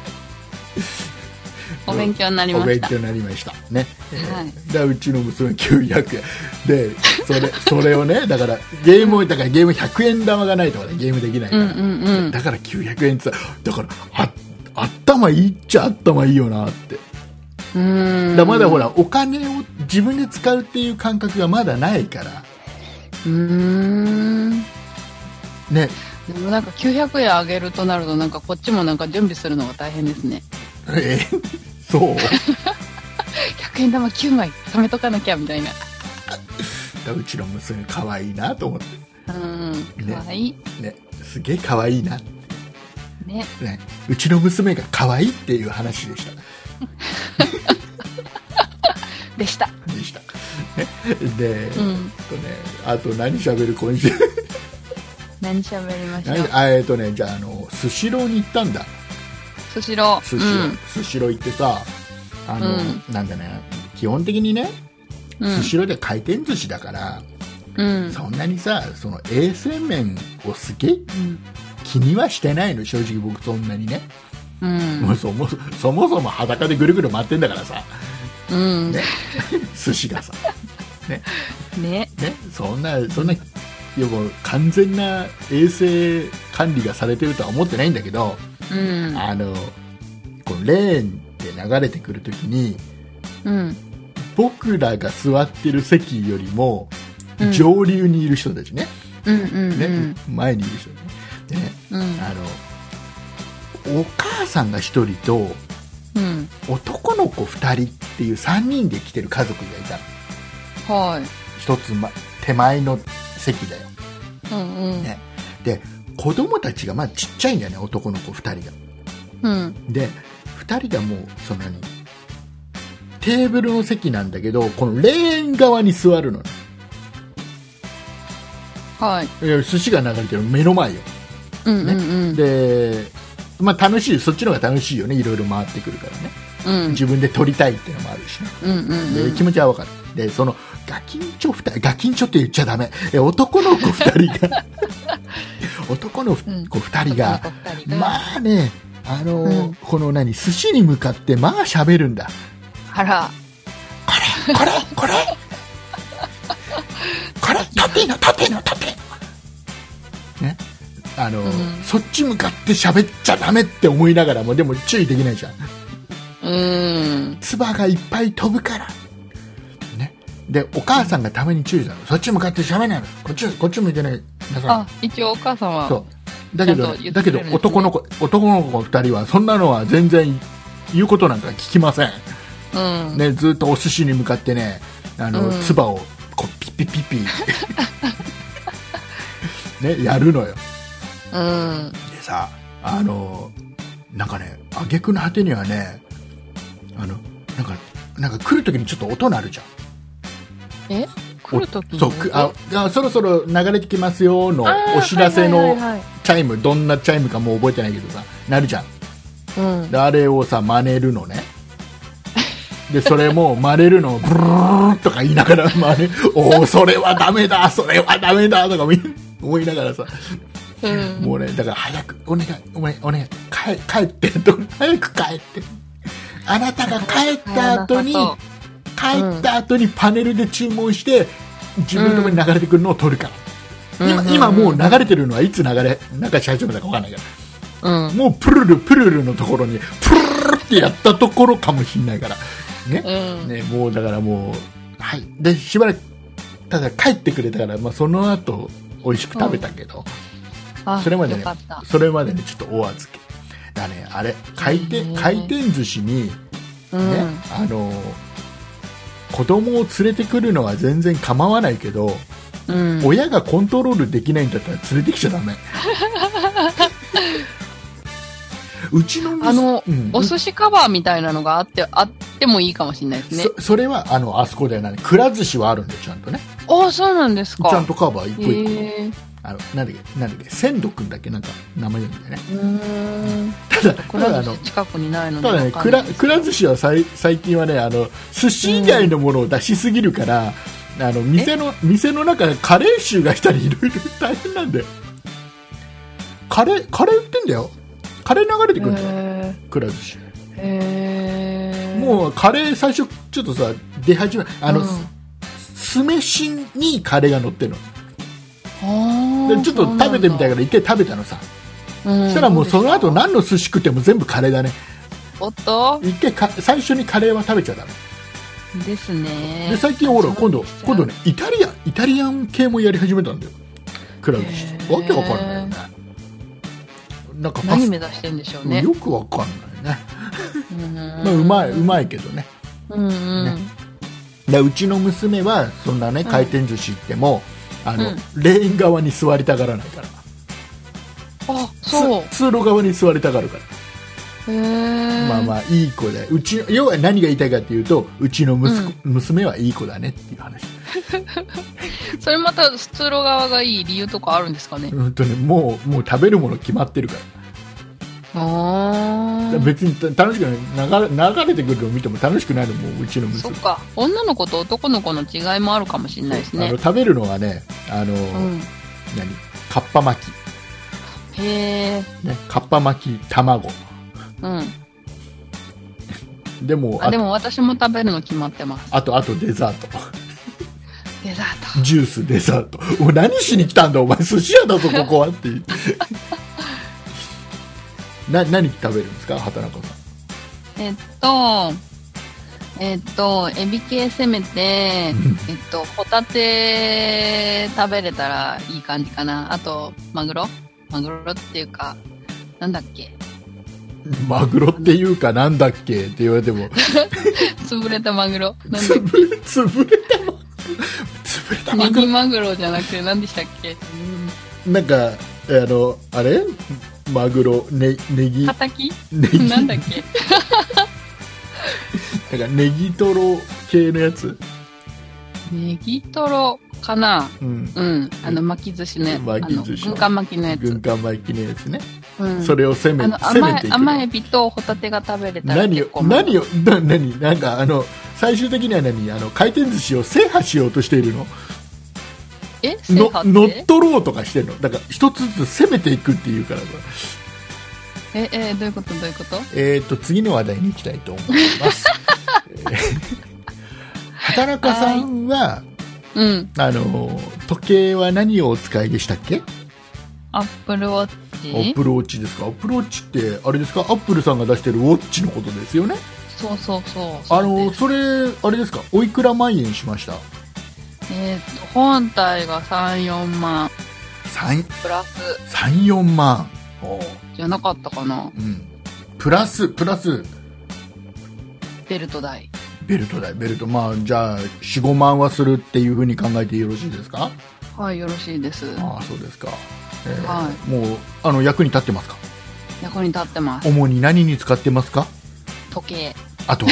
お勉強になりました。お勉強になりましたね。はい、でうちの娘きゅうひゃくえんでそれそれをねだからゲームだからゲームひゃくえん玉がないとかねゲームできないから、うんうんうん、だからきゅうひゃくえんってだからあ頭いいっちゃ頭いいよなって。うーんだまだほらお金を自分で使うっていう感覚がまだないから。うーんね。 でもなんかきゅうひゃくえんあげるとなるとなんかこっちもなんか準備するのが大変ですね。 えそうひゃくえん玉きゅうまい貯めとかなきゃみたいなうちの娘可愛いなと思って、 うん、可愛い、 ねね、すげえ可愛いな、 ねね、うちの娘が可愛いっていう話でしたでしたでした、ね、で、 うんとね、あと何喋る今週何喋りましょう。 あえっとねじゃああのスシローに行ったんだ。 スシロースシロー、うん、スシロー行ってさあの、うん、なんだね基本的にね、うん、スシローで回転寿司だから、うん、そんなにさその衛生面をすげえ気にはしてないの正直僕そんなにね、うん、もうそもそもそも裸でぐるぐる回ってんだからさ、うんね、寿司がさねねねそんなそんないやもう完全な衛生管理がされてるとは思ってないんだけど、うん、あのこのレーンで流れてくるときに、うん、僕らが座ってる席よりも上流にいる人たちね、うん、ね前にいる人ね、でね、うん、あのお母さんがひとりと、うん、男の子ふたりっていうさんにんで来てる家族がいたの。はい。一つ、ま、手前の席だよ、うんうんね、で子供たちがまだちっちゃいんだよね男の子ふたりが、うん、でふたりがもうそんなにテーブルの席なんだけどこのレーン側に座るのね。 はい。 寿司が流れてる目の前よ、うんうんうん、ね、で、まあ、楽しいそっちの方が楽しいよねいろいろ回ってくるからね、うん、自分で撮りたいっていうのもあるし、ね、うんうんうん、で気持ちはわかる。でそのガキンチョふたりガキンチョって言っちゃダメ男の子ふたりが男の子ふたりが、うん、まあねあの、うん、この何寿司に向かってまあ喋るんだ。 あらこれこれこれこれ立ての立ての立てねあの、うん、そっち向かって喋っちゃダメって思いながらもでも注意できないじゃん。うん唾がいっぱい飛ぶからでお母さんがために注意したの、うん、そっち向かって喋らないのこっちこっち向いてないなさあ一応お母さんはそうだけど、ね、だけど男の子男の子ふたりはそんなのは全然言うことなんか聞きません、うんね、ずっとお寿司に向かってねあの、うん、唾をこうピッピッピッピッ、ね、やるのよ、うん、でさあのなんかね挙句の果てにはねあのなんかなんか来るときにちょっと音鳴るじゃん。 え来るときにそうああそろそろ流れてきますよのお知らせのチャイム、どんなチャイムかもう覚えてないけどさ鳴るじゃん、うん、であれをさ真似るのね。でそれも真似るのをブルーとか言いながら真似おおそれはダメだそれはダメだとか思いながらさ、うん、もうねだから早くお願いお願いお願い帰帰ってと早く帰ってあなたが帰った後に帰った後にパネルで注文して自分のところに流れてくるのを取るから、うん、今, 今もう流れてるのはいつ流れなんかし始めたか分かんないから、うん、もうプルルプルルのところにプルルってやったところかもしれないからね、うん、ねもうだからもうはいでしばらくただ帰ってくれたから、まあ、その後美味しく食べたけど、うん、それまでねそれまでねちょっとお預けだねあれ回転回転寿司にね、うん、あの子供を連れてくるのは全然構わないけど、うん、親がコントロールできないんだったら連れてきちゃダメうちのあの、うん、お寿司カバーみたいなのがあってあってもいいかもしれないですね。 そ, それはあのあそこではないくら寿司はあるんでちゃんとね。 あそうなんですか。 ちゃんとカバー一個一個あのなんだっけなんだっけ千度くんだっけなんか名前なんだよね。うーんただくら寿司近くにないのでただねくらくら寿司はさい最近はねあの寿司以外のものを出しすぎるから、うん、あの店の店の中でカレー臭がしたりいろいろ大変なんだよ。カレーカレー売ってんだよ。カレー流れてくるんだよくら寿司。へーもうカレー最初ちょっとさ出始めあの、うん、酢飯にカレーが乗ってるの。でちょっと食べてみたいから一回食べたのさ、うん、そしたらもうその後何の寿司食っても全部カレーだね。 おっと一回か最初にカレーは食べちゃダメですね。 で最近ほら今度今度ねイタリアンイタリアン系もやり始めたんだよくら寿司。わけわかんないよね。 なんか何目指してんでしょうね。 よくわかんないねまあうまいうまいけどね。うん、うん、ねでうちの娘はそんなね回転寿司行っても、うん、あの、うん、レーン側に座りたがらないから。 あ、そう。 通路側に座りたがるから。 へー。 まあまあいい子で、うち要は何が言いたいかっていうと、うちの息子、うん、娘はいい子だねっていう話。 それまた通路側がいい理由とかあるんですかね。 うんとね、もうもう食べるもの決まってるから。 あ別に楽しくない流れ、流れてくるのを見ても楽しくないのもうちの娘。 そっか、女の子と男の子の違いもあるかもしれないですね。 あの食べるのはね、あの、うん、何かっぱ巻き、 へー、 ね、かっぱ巻き卵、 うんでもあでも私も食べるの決まってます。 あとあとデザートデザート、 ジュース、デザート。お何しに来たんだお前、寿司屋だぞここはってな何食べるんですか、畑中さん。えっとえっとエビ系攻めてえっとホタテ食べれたらいい感じかな。あとマグロマグロっていうかなんだっけマグロっていうかなんだっけって言われても潰れたマグロなんだっけ潰れ潰れたマグロ潰れたマグロネギマグロじゃなくて何でしたっけ。 なんかあのあれマグロ、ね、ネギたたきネギなんだっけなんかネギトロ系のやつ、 ネギトロかな。 うん、 うん、あの巻き寿司ね、 巻き寿司軍艦巻きのやつ、 軍艦巻きのやつね、 うん、 それを攻め、 あの攻めていく。 甘エビとホタテが食べれたら何を何をな何なんかあの最終的には何あの回転寿司を制覇しようとしているの。 え制覇って乗っ取ろうとかしてるの。だから一つずつ攻めていくっていうからさ。 ええどういうことどういうこと。 えー、っと次の話題に行きたいと思います。畑中さんは、 うん、 あの時計は何をお使いでしたっけ。 アップルウォッチ。 アップルウォッチですか。アップルウォッチってあれですか、アップルさんが出してるウォッチのことですよね。 そうそうそう。 あのそれあれですか、おいくら万円しました。 えー、と本体がさん、よんまんプラスさん、よんまんじゃなかったかな、 うん、プラスプラスベルト代ベルト代ベルトまあじゃあよん、ごまんはするっていうふうに考えてよろしいですか。 はい、よろしいです。 ああそうですか、えーはい、 もうあの役に立ってますか。 役に立ってます。 主に何に使ってますか。 時計。 あとは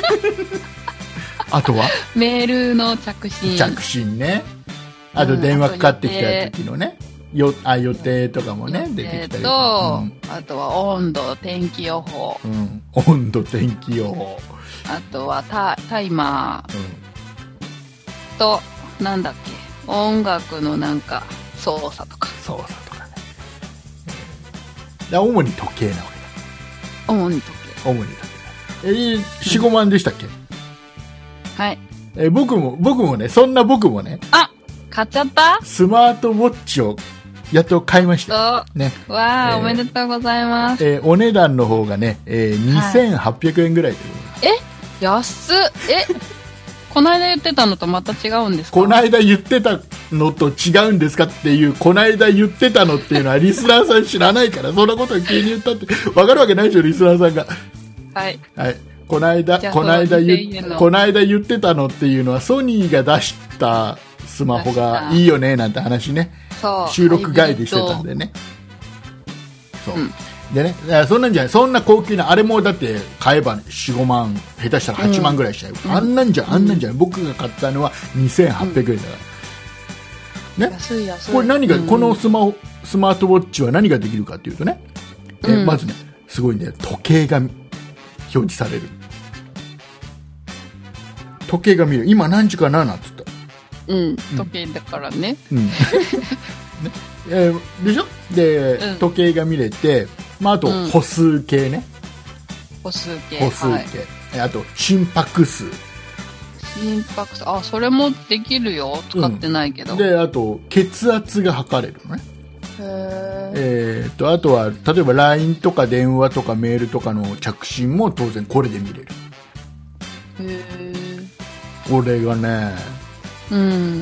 あとはメールの着信着信ね。あと電話かかってきた時のね、よあ予定とかもね出てきたりと、うん、 あとは温度天気予報、 うん、温度天気予報、 あとはタタイマー、うん、となんだっけ音楽のなんか操作とか操作とかね、うん、主に時計なわけだ。主に時計。 主に時計。えー、よん、ごまんでしたっけ。 はい。 えー、僕も僕もね、そんな僕もね、 あ、買っちゃった。 スマートウォッチをやっと買いましたね。 わあ、えー、おめでとうございます。 えー、お値段の方がね、えー、にせんはっぴゃくえんぐらいで、 はい、え、安っ。えこの間言ってたのとまた違うんですか。 この間言ってたのと違うんですかっていう、この間言ってたのっていうのはリスナーさん知らないから、そんなことを急に言ったって分かるわけないでしょ、リスナーさんが。 はい。 はい。この間、この間言っ、この間言ってたのっていうのは、ソニーが出したスマホがいいよね、なんて話ね。 そう。 収録外でしてたんでね。そう。うん、でね、そんなんじゃない。そんな高級な、あれもだって買えばよん、ごまん、下手したらはちまんぐらいしちゃう。うん、あんなんじゃ、あんなんじゃない。うん、僕が買ったのはにせんはっぴゃくえんだから。ね。 安い安い。 これ何が、うん、このスマホ、スマートウォッチは何ができるかっていうとね、うん、えまずね、すごいんだよ。時計が表示される。時計が見る。今何時かななんつった。 うん、時計だからね。 うん。ねえー、でしょで、うん、時計が見れて、まあ、あと歩数計ね。 歩数計。 歩数計。はい、あと心拍数。 心拍数。あ、それもできるよ。使ってないけど。うん、 で、あと血圧が測れるのね。 へえー、とあとは例えば ライン とか電話とかメールとかの着信も当然これで見れる。 へこれがね、 うん、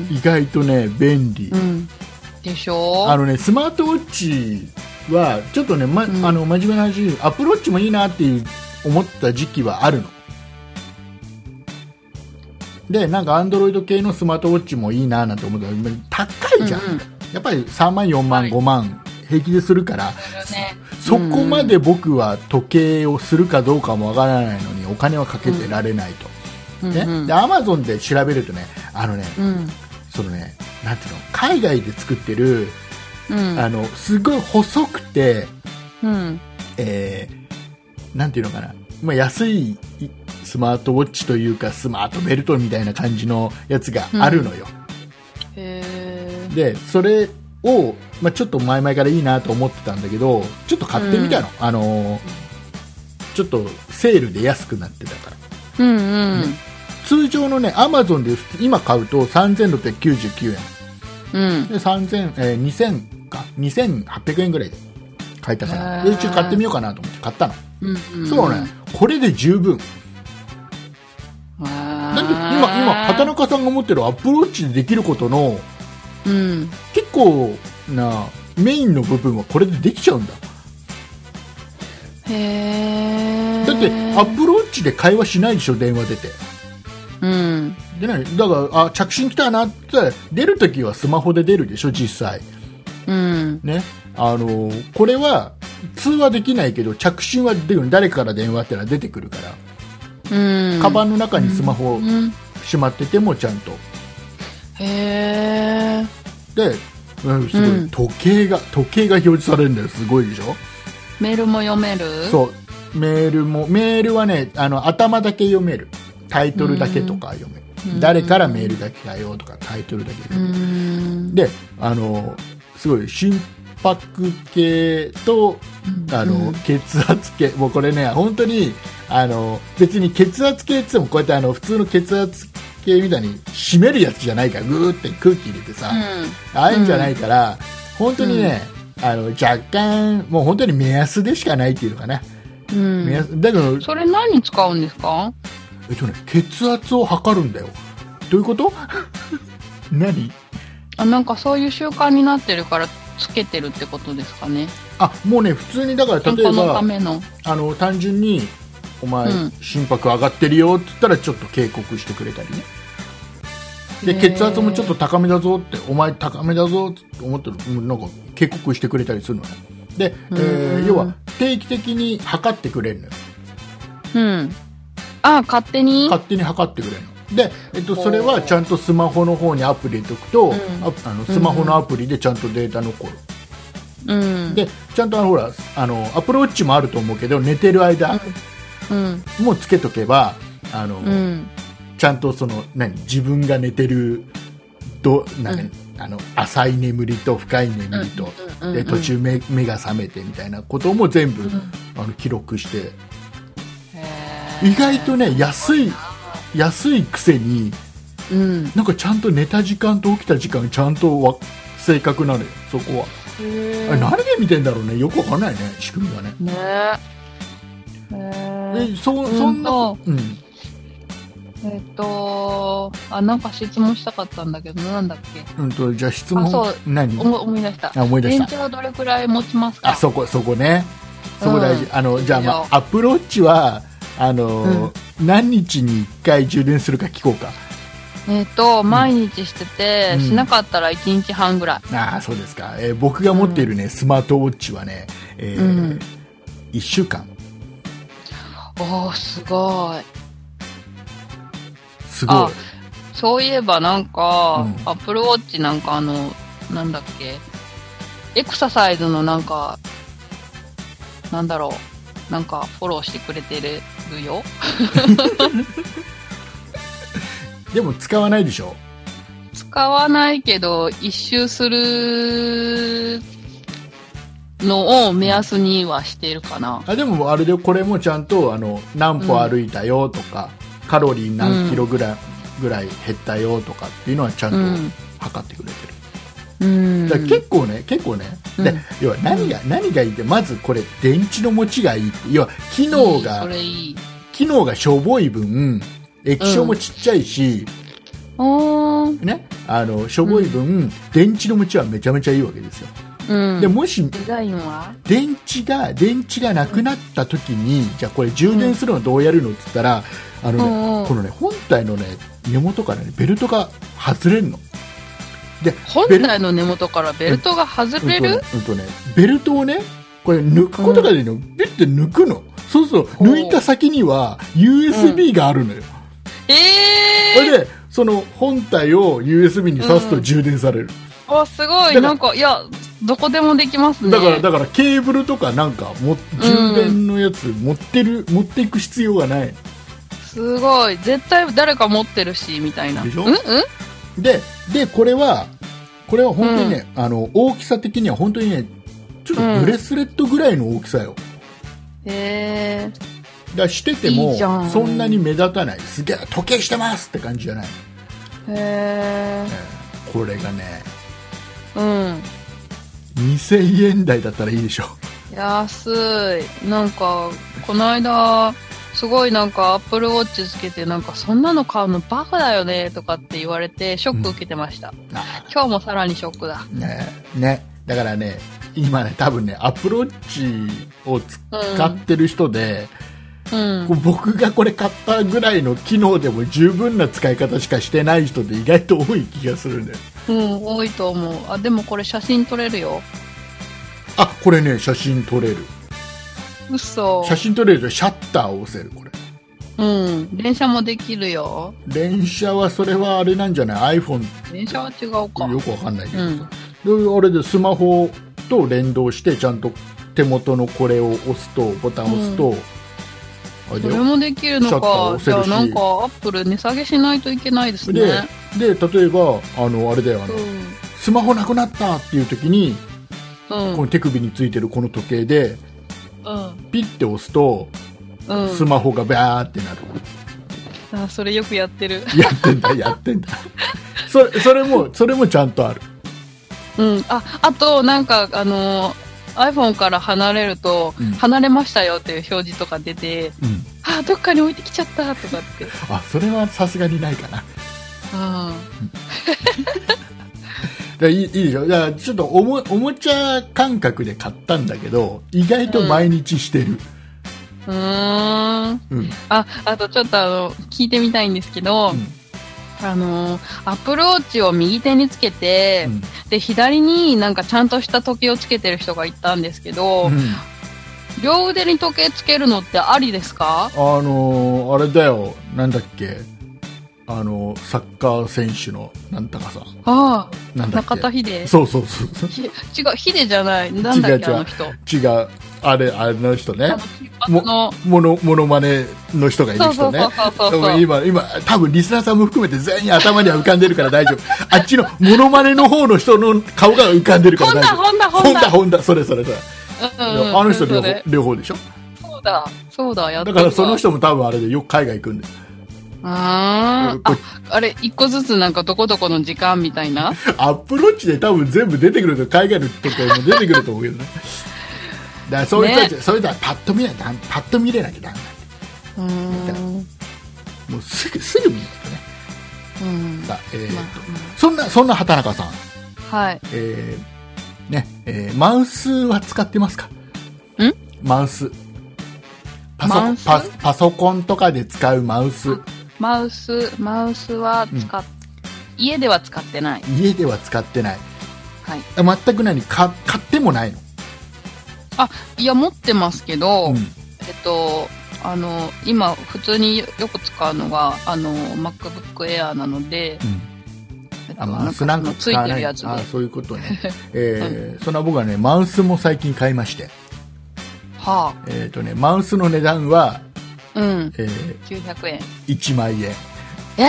意外とね便利、 うん、でしょ。 あのねスマートウォッチはちょっとね、まうん、あの真面目な話、アップルウォッチもいいなっていう思った時期はあるの。 でなんかアンドロイド系のスマートウォッチもいいななんて思ったら高いじゃん、うんうん、やっぱりさんまんよんまん、はい、ごまん平気でするから、ね、そこまで僕は時計をするかどうかもわからないのにお金はかけてられないと、うんねうんうん、でアマゾンで調べるとねあのね、うん、そのねなんていうの海外で作ってる、うん、あのすごい細くて、うんえー、なんていうのかな、まあ、安いスマートウォッチというかスマートベルトみたいな感じのやつがあるのよ、うん、へーでそれを、まあ、ちょっと前々からいいなと思ってたんだけどちょっと買ってみたの、うん、あのちょっとセールで安くなってたから、うんうんね、通常のねアマゾンで今買うとさんぜんろっぴゃくきゅうじゅうきゅうえん、うん、でさんぜん、えー、にせんかにせんはっぴゃくえんぐらいで買えたからで一応買ってみようかなと思って買ったの、うんうん、そうねこれで十分だって今今畑中さんが持ってるアップルウォッチでできることの、うん、結構なメインの部分はこれでできちゃうんだ。へーだってアップルウォッチで会話しないでしょ電話出て、うん、でね、だからあ着信来たなって出るときはスマホで出るでしょ実際、うんね、あのこれは通話できないけど着信は出る誰から電話ってのは出てくるからうんカバンの中にスマホをしまっててもちゃんと、うん、へーで、うん、すごい、うん、時計が時計が表示されるんだよすごいでしょメールも読めるそうメールもメールはねあの頭だけ読めるタイトルだけとか読める、うん、誰からメールが来たよとかタイトルだけ読める、うん、であのすごい心拍計とあの、うん、血圧計もうこれね本当にあの別に血圧計って言ってもこうやってあの普通の血圧計みたいに締めるやつじゃないからグーって空気入れてさ、うん、ああいうんじゃないから、うん、本当にね、うん、あの若干もう本当に目安でしかないっていうのかな、うん、目安だけどそれ何に使うんですか？ えっとね血圧を測るんだよ。どういうこと何あなんかそういう習慣になってるからつけてるってことですかね。 あもうね普通にだから例えばのためのあの単純にお前、うん、心拍上がってるよって言ったらちょっと警告してくれたりねで血圧もちょっと高めだぞってお前高めだぞって思ってるなんか警告してくれたりするのねで、えー、要は定期的に測ってくれるのよ。 うんあ勝手に勝手に測ってくれるので、えっと、それはちゃんとスマホの方にアプリ入れておくと、うん、あのスマホのアプリでちゃんとデータ残る、うん、でちゃんとあのほらあのアプローチもあると思うけど寝てる間、うん、もうつけとけばあの、うん、ちゃんとその何自分が寝てるど何、うん、あの浅い眠りと深い眠りと、うん、で途中 目, 目が覚めてみたいなことも全部、うん、あの記録して意外とね安い安いくせに、うん、なんかちゃんと寝た時間と起きた時間ちゃんと正確なのよそこは。あれ何で見てんだろうねよくわかんないね仕組みがね。ねえで そ, そんな、うん、 えっ、ー、とあなんか質問したかったんだけどなんだっけ、 うん、とじゃあ質問そう何思い出したあ思い出した電池はどれくらい持ちますか？ あそこそこねそこ大事、うん、あのじゃあ、まあ、アップルウォッチはあの、うん、何日にいっかい充電するか聞こうか。 えっ、ー、と、うん、毎日してて、うん、しなかったらいちにちはんぐらい。 ああそうですか、えー、僕が持っているね、うん、スマートウォッチはね、えーうん、いっしゅうかん。 おーすごいすごい。 そういえばなんか、うん、アップルウォッチなんかあのなんだっけエクササイズのなんかなんだろうなんかフォローしてくれてるよでも使わないでしょ？ 使わないけど一周するのを目安にはしてるかな。 あでもあれでこれもちゃんとあの何歩歩いたよとか、うん、カロリー何キロぐらい、うん、ぐらい減ったよとかっていうのはちゃんと測ってくれてる。うん、だから結構ね結構ね、うん、で要は何が、うん、何がいいってまずこれ電池の持ちがいいって要は機能がいいそれいい機能がしょぼい分液晶もちっちゃいし、うんね、あのしょぼい分、うん、電池の持ちはめちゃめちゃいいわけですよ。うん、でもしデザインは電池が電池がなくなった時に、うん、じゃあこれ充電するのどうやるのって言ったら、あのね、このね本体のね根元からねベルトが外れるので本体の根元からベルトが外れる、 うんとね、ベルトをねこれ抜くことがでいいの、うん、ビッて抜くのそうそう抜いた先には ユーエスビー があるのよ、うん、 えー、それでその本体を ユーエスビー に挿すと充電される、 うん、あすごいなんかいやどこでもできますねだからだからケーブルとかなんかも充電のやつ持ってる、うん、持っていく必要がない。 すごい絶対誰か持ってるしみたいなでしょ、 うんうん、 ででこれはこれは本当にね、うん、あの大きさ的には本当にねちょっとブレスレットぐらいの大きさよ、 うん、へえだしててもいいそんなに目立たないすげえ時計してますって感じじゃない。へえこれがねうんにせんえん台だったらいいでしょ。 安いなんかこの間すごいなんかアップルウォッチつけてなんかそんなの買うのバカだよねとかって言われてショック受けてました、うん、今日もさらにショックだねねだからね今ね多分ねアップルウォッチを使ってる人で、うん、僕がこれ買ったぐらいの機能でも十分な使い方しかしてない人で意外と多い気がするんだよ。 うん多いと思う。あでもこれ写真撮れるよ。 あこれね写真撮れる。 嘘。 写真撮れるとシャッターを押せるこれ。 うん連写もできるよ。 連写はそれはあれなんじゃない iPhone 連写は違うかよくわかんないけどさ、うん、あれでスマホと連動してちゃんと手元のこれを押すとボタンを押すと、うん、 あれそれもできるのか。じゃあなんかアップル値下げしないといけないですね。 で、で例えばあのあれだよあの、うん、スマホなくなったっていう時に、うん、この手首についてるこの時計で、うん、ピッて押すと、うん、スマホがバーってなる。 あそれよくやってる。 やってんだやってんだそれ、それもそれもちゃんとある。 うんああとなんかあのーiPhone から離れると、うん、離れましたよっていう表示とか出て、うん、あどっかに置いてきちゃったとかってあそれはさすがにないかな。 あいいいいでしょ。だからちょっとおも、おもちゃ感覚で買ったんだけど意外と毎日してる。 うん、うーん、うん、ああとちょっとあの聞いてみたいんですけど、うんあのー、アップルウォッチを右手につけて、うん、で左になんかちゃんとした時計をつけてる人がいたんですけど、うん、両腕に時計つけるのってありですか？ あのー、あれだよなんだっけあのー、サッカー選手のなんだかさああなんだっけ中田秀そうそうそう違う秀じゃないなんだっけあの人違うあれあの人ねもものものまねの人がいる人ね。今今多分リスナーさんも含めて全員頭には浮かんでるから大丈夫あっちのものまねの方の人の顔が浮かんでるから大丈夫。 ほんだほんだほんだほんだそれそれそれ、うんうん、あの人両方両方でしょ。 そうだそうだやっだからその人も多分あれでよく海外行くんであああれ一個ずつなんかどこどこの時間みたいなアップローチで多分全部出てくると海外のところも出てくると思うけどねだからそういう人たち、ね、そういう人はパッと見ないパッと見れなきゃダメなんでもうすぐすぐ見ないとね、うんさえーまあうん、そんなそんな畑中さんはいえーねえー、マウスは使ってますか？ んマウスパソコンパパソコンとかで使うマウスマウスマウスは使っ、うん、家では使ってない。 家では使ってない、 はい、 全く何か買ってもないの？ あいや持ってますけど、うん、えっとあの今普通によく使うのがあの MacBook Air なので、うんえっと、あマウスなんかついてるやつであそういうことね、えーうん、そんな僕はねマウスも最近買いましてはあえーとね、マウスの値段は、 うんえー、きゅうひゃくえんいちまんえんええ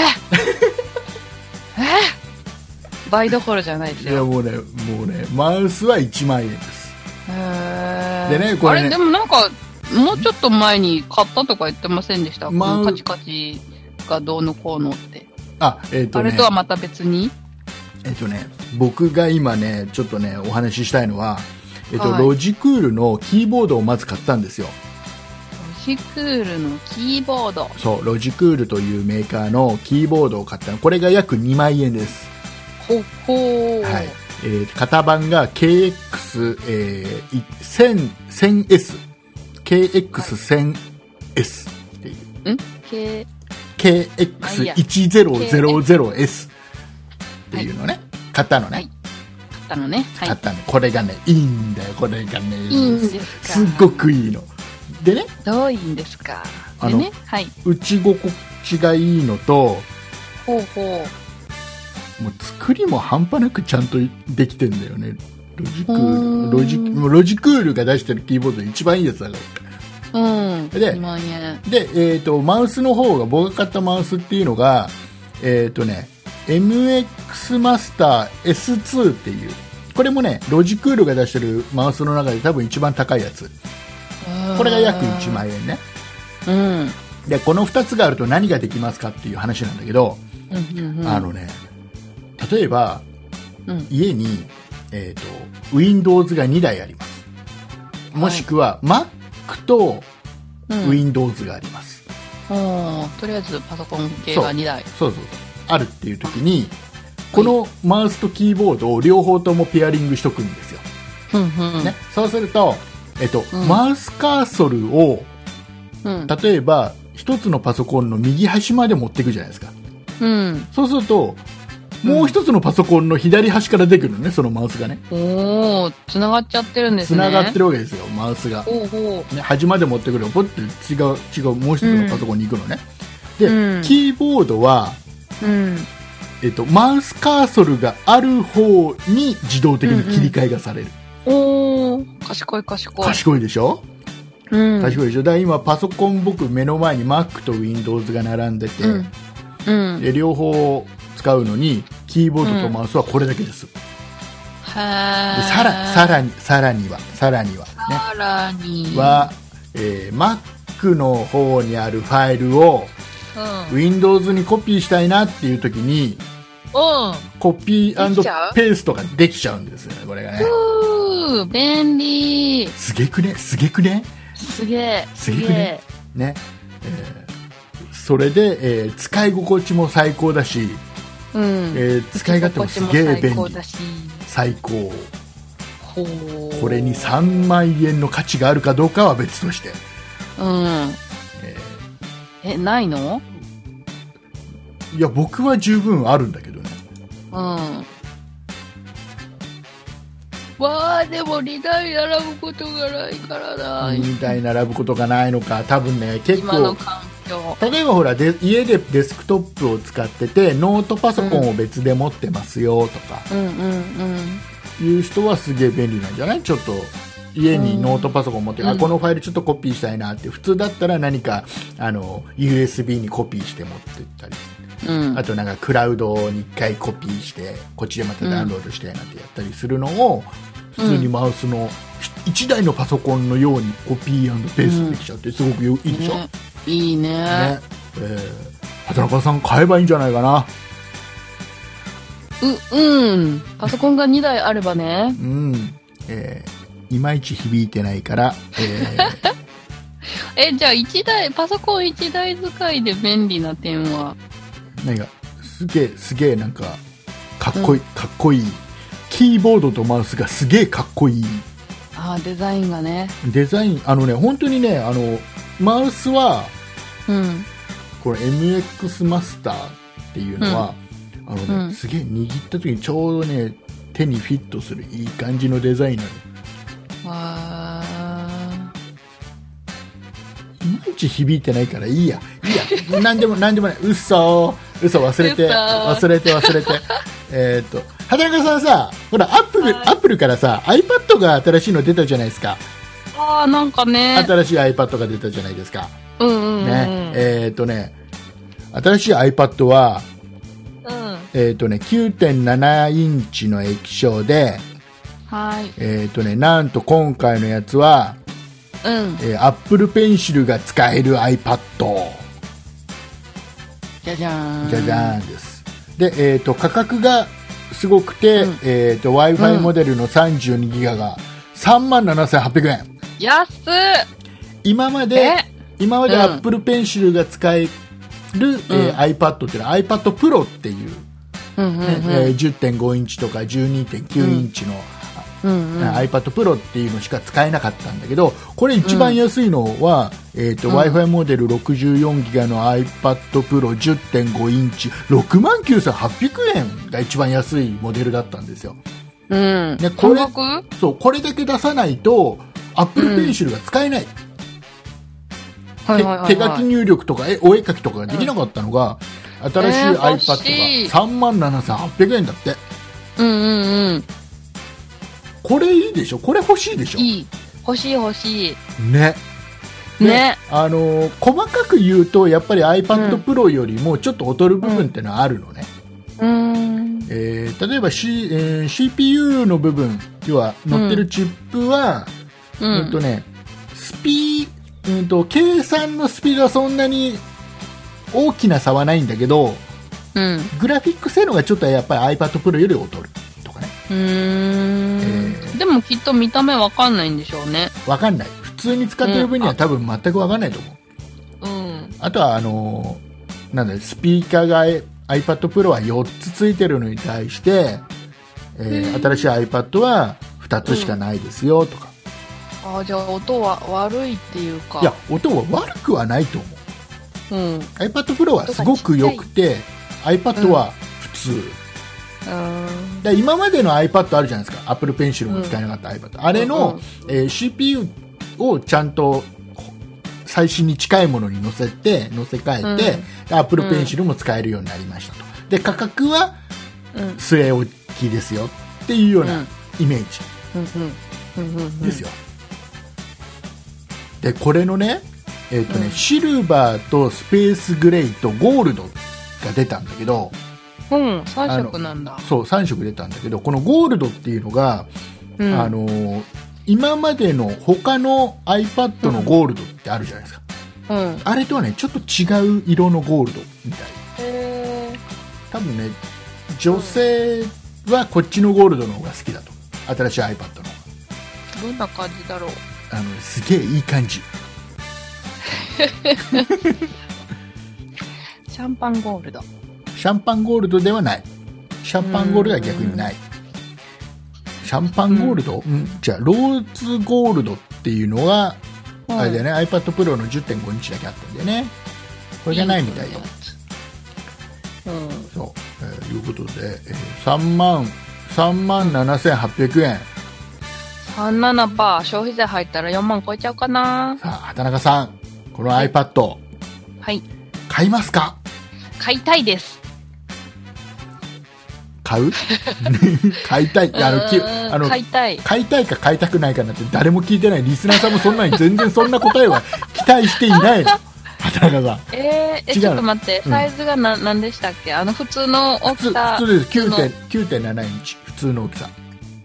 倍どころじゃないですよ。 いやもうねもうねマウスはいちまんえんです。 へでねこれねあれでもなんかもうちょっと前に買ったとか言ってませんでした？マウカチカチがどうのこうのってあ、えーとね、 あれとはまた別にえっ、ー、とね僕が今ねちょっとねお話ししたいのはえっとはい、ロジクールのキーボードをまず買ったんですよ。 ロジクールのキーボードそうロジクールというメーカーのキーボードを買ったのこれが約にまんえんです。 ほほー、 はいえー、型番が ケーエックスせんエス ケーエックスせんエス っていうん K ケーエックスいちぜろぜろぜろエス っていうのね、はい、買ったのね、はい、買ったのね、はい、 買ったの。これがねいいんだよ。これがねいいんですか。 すっごくいいのでね。 どういいんですか。 あの、 でね、はい、 打ち心地がいいのと、 ほうほう、もう作りも半端なくちゃんとできてんだよね。ロジクール、ロジロジクールが出してるキーボードで一番いいやつだから。 うん。 で、 にまんえんで、えっと、マウスの方が、僕が買ったマウスっていうのが、えっとね、エムエックス マスター エスツー っていう、これもね、ロジクールが出してるマウスの中で多分一番高いやつ。これが約いちまんえんね。 うん。 で、このふたつがあると何ができますかっていう話なんだけど、 うんうんうん、 あのね、例えば、 うん、 家に、えっと、Windows がにだいあります。もしくは、はい、Mac と Windows があります。 うん、とりあえずパソコン系がにだい。 そうそうそうそう。あるっていう時に、このマウスとキーボードを両方ともペアリングしとくんですよ。 うんうん、 ね、そうすると、えっと、 うん、 マウスカーソルを、 うん、 例えば、一つのパソコンの右端まで持っていくじゃないですか。 うん、 そうすると、もう一つのパソコンの左端から出てくるのね、そのマウスがね。 おー、繋がっちゃってるんですね。 繋がってるわけですよ、マウスが。 ほうほう、 ね、端まで持ってくると、ポッて違う、違う、もう一つのパソコンに行くのね。うん、で、キーボードは、 うん、 えっと、マウスカーソルがある方に自動的に切り替えがされる。 うんうん、おー、賢い賢い。 賢いでしょ、 うん、 賢いでしょ。だから今、パソコン僕目の前に Mac と Windows が並んでて、 うんうん、 で両方使うのに、キーボードとマウスはこれだけです。うん、 はさら、さらに、さらには、さらには、ね。 さらには、えー、Mac の方にあるファイルを、うん、Windows にコピーしたいなっていう時に、 うん、 コピー&ペーストができちゃうんですよね、これがね。 うー、便利。 すげくね、すげくね。 すげえ。 すげくね。ね。えー、それで、えー、使い心地も最高だし、 うん、 えー、使い勝手もすげえ便利。最高。 ほー。 これにさんまんえんの価値があるかどうかは別として。 うん。えー、え、ないの？ いや、僕は十分あるんだけどね。 うん。わあ、でもにだい並ぶことがないからな。 にだい並ぶことがないのか、多分ね、結構。 今の環境。 例えばほらで、家でデスクトップを使ってて、ノートパソコンを別で持ってますよとか、 うんうんうん、 いう人はすげえ便利なんじゃない？ちょっと。家にノートパソコン持って、うん、あこのファイルちょっとコピーしたいなって、普通だったら何かあの ユーエスビー にコピーして持ってったり、うん、あとなんかクラウドにいっかいコピーしてこっちでまたダウンロードしてなんてやったりするのを、うん、普通にマウスのいちだいのパソコンのようにコピー&ペーストできちゃってすごくいいでしょ、 ね、いいね、ねえー、畑中さん買えばいいんじゃないかな。 ううんパソコンがにだいあればね、 うんえーいまいち響いてないから、えー、 えじゃあいちだいパソコンいちだい使いで便利な点は何かすげえすげえなんかかっこいい、うん、かっこいいキーボードとマウスがすげえかっこいい。 あデザインがねデザインあのね本当にねあのマウスは、 うん、 これ エムエックス マスターっていうのは、うん、あのね、うん、すげえ握った時にちょうどね手にフィットするいい感じのデザインなの。 わいまいち響いてないからいいやいいや何でも何でもない嘘嘘忘れて忘れて忘れてえっと畑中さんさほらアップル、はい、アップルからさ iPad が新しいの出たじゃないですか。 あーなんかね新しい iPad が出たじゃないですか。 うんうんうん、 ねえっ、ー、とね新しい iPad は、 うんえっ、ー、とね きゅうてんなな インチの液晶ではいえっ、ー、とねなんと今回のやつは、 うんえー、Apple Pencil が使える iPad じゃじゃーんじゃじゃーんです。で、えー、と価格がすごくて、うんえー、と Wi-Fi モデルの さんじゅうにギガがさんまんななせんはっぴゃくえん。 安っ。 今まで今まで Apple Pencil が使える、うんえー、iPad っていうのは iPad Pro っていう、 うんうんうんねえー、じゅってんごインチとか じゅうにてんきゅうインチの、 うんうん、 iPad Pro っていうのしか使えなかったんだけど、これ一番安いのは、うんえーとうん、Wi-Fi モデル ろくじゅうよんギガ の iPad Pro じゅってんご インチ ろくまんきゅうせんはっぴゃくえんが一番安いモデルだったんですよ。 うん、 でこれそうこれだけ出さないと Apple Pencil が使えない、うんはいはいはいはい、手手書き入力とかえお絵描きとかができなかったのが、うん、新しい iPad が さんまんななせんはっぴゃくえんだって。 うんうんうんこれいいでしょ。これ欲しいでしょ。 いい欲しい欲しいねねあのー、細かく言うとやっぱり iPad Pro よりもちょっと劣る部分ってのはあるのね、 うんえー、例えば、C えー、シーピーユー の部分要は乗ってるチップは、うんうんとね、スピー、うんと、計算のスピードはそんなに大きな差はないんだけど、 うん、 グラフィック性能がちょっとやっぱり iPad Pro より劣るとかね。 うーん、えー、でもきっと見た目わかんないんでしょうね。 わかんない。普通に使ってる分には多分全くわかんないと思う。うん、 あとはあのー、なんだスピーカーが iPad Pro はよっつついてるのに対して、えー、新しい iPad はふたつしかないですよとか、 うん、あじゃあ音は悪いっていうか。 いや音は悪くはないと思う、うん、iPad Pro はすごく良くて iPad は普通、うん、で今までの iPad あるじゃないですか Apple Pencil も使えなかった iPad、うん、あれの、うんえー、シーピーユー をちゃんと最新に近いものに載せて載せ替えて、うん、Apple Pencil も使えるようになりましたと。で価格は据え置きですよっていうようなイメージですよ。でこれのね、えーとねうん、シルバーとスペースグレーとゴールドが出たんだけど、 うん、さん色なんだ。 そうさん色出たんだけど、このゴールドっていうのが、うん、あの今までの他の iPad のゴールドってあるじゃないですか、うん、あれとはねちょっと違う色のゴールドみたい。 へー。 多分ね女性はこっちのゴールドの方が好きだと。新しい iPad の方がどんな感じだろう。 あのすげえいい感じシャンパンゴールドシャンパンゴールドではない。シャンパンゴールドは逆にない。シャンパンゴールド、うん、じゃあローズゴールドっていうのは、うん、あれだよね iPad Pro の じゅってんご インチだけあったんだよね。これがないみたいよ。うん、そう、えー、いうことで、えー、さんまんさんまんななせんはっぴゃくえん。 さんじゅうななパーセント 消費税入ったらよんまん超えちゃうかな。 さあ畑中さんこの iPad、 はい、 買いますか？ 買いたいです。 買う買いたい。あのきあの買いたい。 買いたいか買いたくないかなんて誰も聞いてない。リスナーさんもそんなに全然そんな答えは期待していないの。畑中さん。 えー、えちょっと待って、サイズがな、うん、何でしたっけ？あの普通の大きさ。 普通です。きゅうてんななインチ普通の大きさ。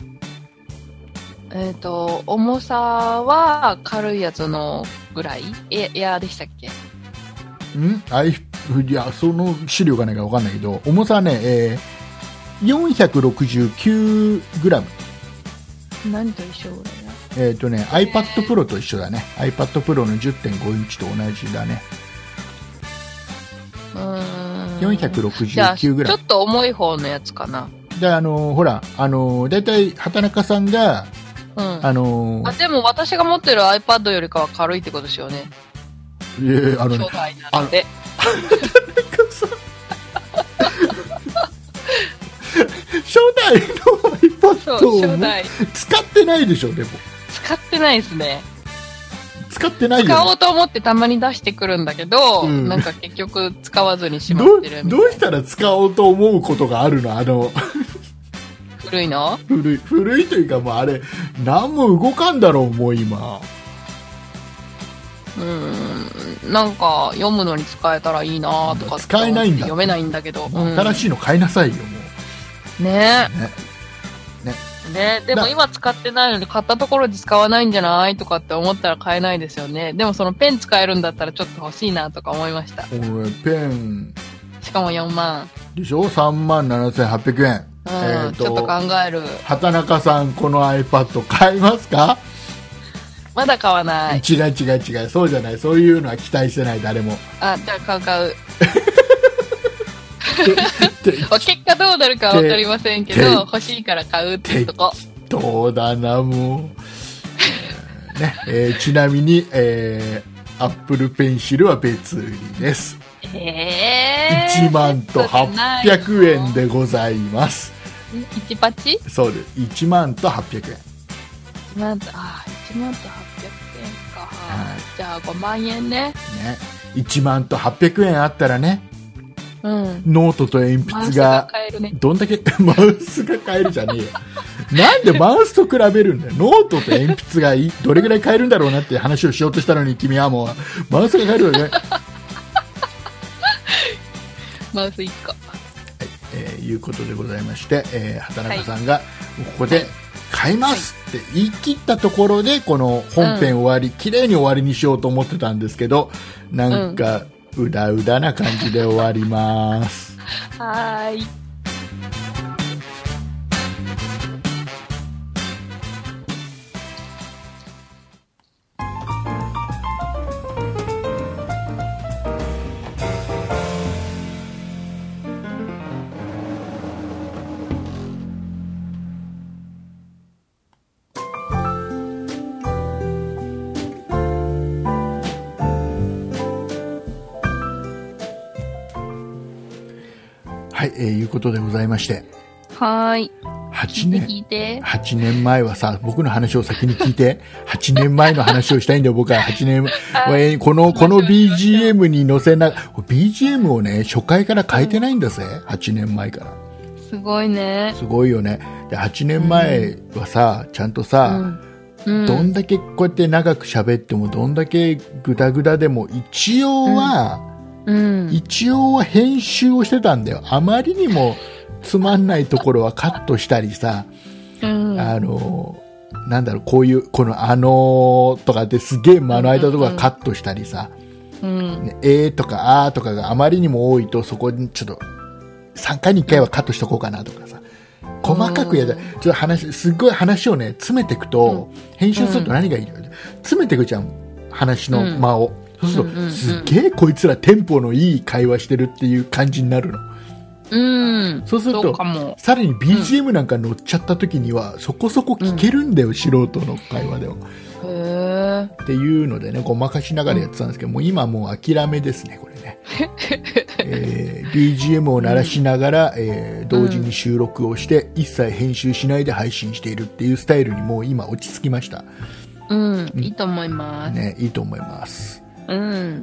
えっ、ー、と重さは軽いやつのぐらい？エエアーでしたっけ？ ん？あいいやその資料がないか分かんないけど重さはね、えー、よんひゃくろくじゅうきゅうグラム。 何と一緒ぐらいだ？ えっ、ー、とね、えー、iPad Pro と一緒だね。iPad Pro の じゅってんご インチと同じだね。 うーんよんひゃくろくじゅうきゅうグラム。 ちょっと重い方のやつかな。 であのー、ほらあのー、だいたい畑中さんがうん、 あのー、 あでも私が持ってる iPad よりかは軽いってことですよね。 いやあのね、 初代なんで。 初代の iPad を使ってないでしょ。でも使ってないですね。 使ってないよ、ね、 使おうと思ってたまに出してくるんだけど、うん、なんか結局使わずにしまってるみたいな。 どうしたら使おうと思うことがあるの？あの古いの？ 古い古いというかもうあれ何も動かんだろうもう今。 うーんなんか読むのに使えたらいいなとか使えないんだ。 読めないんだけど、 うん、新しいの買いなさいよもう。ねえ。ね。 ね。ねでも今使ってないのに買ったところで使わないんじゃないとかって思ったら買えないですよね。でもそのペン使えるんだったらちょっと欲しいなとか思いました。 俺ペンしかもよんまんでしょ。さんまんななせんはっぴゃくえん。 うんえー、ちょっと考える。 畑中さんこの iPad 買いますか？ まだ買わない。 違う違う違うそうじゃない。そういうのは期待してない誰も。 あじゃあ買う買う結果どうなるかは分かりませんけど欲しいから買うってとこ。 当だなもう、ねえー、ちなみに、えー、Apple Pencil は別売りです。 えー、いちまんとはっぴゃくえんでございます。 いちパチ？ そうです。いちまんとはっぴゃくえん。いちまんと、あ、いちまんとはっぴゃくえんか。はい、じゃあごまんえんね。ね。 いちまんとはっぴゃくえんあったらね。 うん、 ノートと鉛筆がどんだけマウスが買えるじゃねえよ。なんでマウスと比べるんだよ。ノートと鉛筆がいどれぐらい買えるんだろうなって話をしようとしたのに、君はもうマウスが買えるわね。 マウスいっこ、はい、 えー、いうことでございまして、えー、畑中さんがここで買いますって言い切ったところでこの本編終わり、うん、綺麗に終わりにしようと思ってたんですけど、なんか、うんうだうだな感じで終わります。 はーい。 はい、えー、いうことでございまして。 はーい。 はちねん、 聞いて。 はちねんまえはさ、僕の話を先に聞いて。はちねんまえの話をしたいんだよ、僕は。はちねんまえ。この、この ビージーエム に載せな、ビージーエム をね、初回から変えてないんだぜ。うん、はちねんまえから。 すごいね。 すごいよね。で、はちねんまえはさ、うん、ちゃんとさ、うんうん、どんだけこうやって長く喋っても、どんだけグダグダでも、一応は、うんうん、一応は編集をしてたんだよ。あまりにもつまんないところはカットしたりさ、うん、あのなんだろう、こういうこのあのとかってすげえ間の間とかカットしたりさ、うんね、えーとかあーとかがあまりにも多いと、そこにちょっとさんかいにいっかいはカットしとこうかなとかさ、細かくやる、ちょっと話、すっごい話をね詰めていくと、うん、編集すると何がいいの、うん、詰めていくじゃん、話の間を、そうすると、うんうんうん、すっげえこいつらテンポのいい会話してるっていう感じになるの。 うん、 そうするとさらに ビージーエム なんか乗っちゃった時には、うん、そこそこ聞けるんだよ、うん、素人の会話では。へーっていうのでね、ごまかしながらやってたんですけど、うん、もう今もう諦めですね、これね。えー、ビージーエム を鳴らしながら、うんえー、同時に収録をして、うん、一切編集しないで配信しているっていうスタイルにもう今落ち着きました。 うん、いいと思います。 ね、いいと思います。 うん。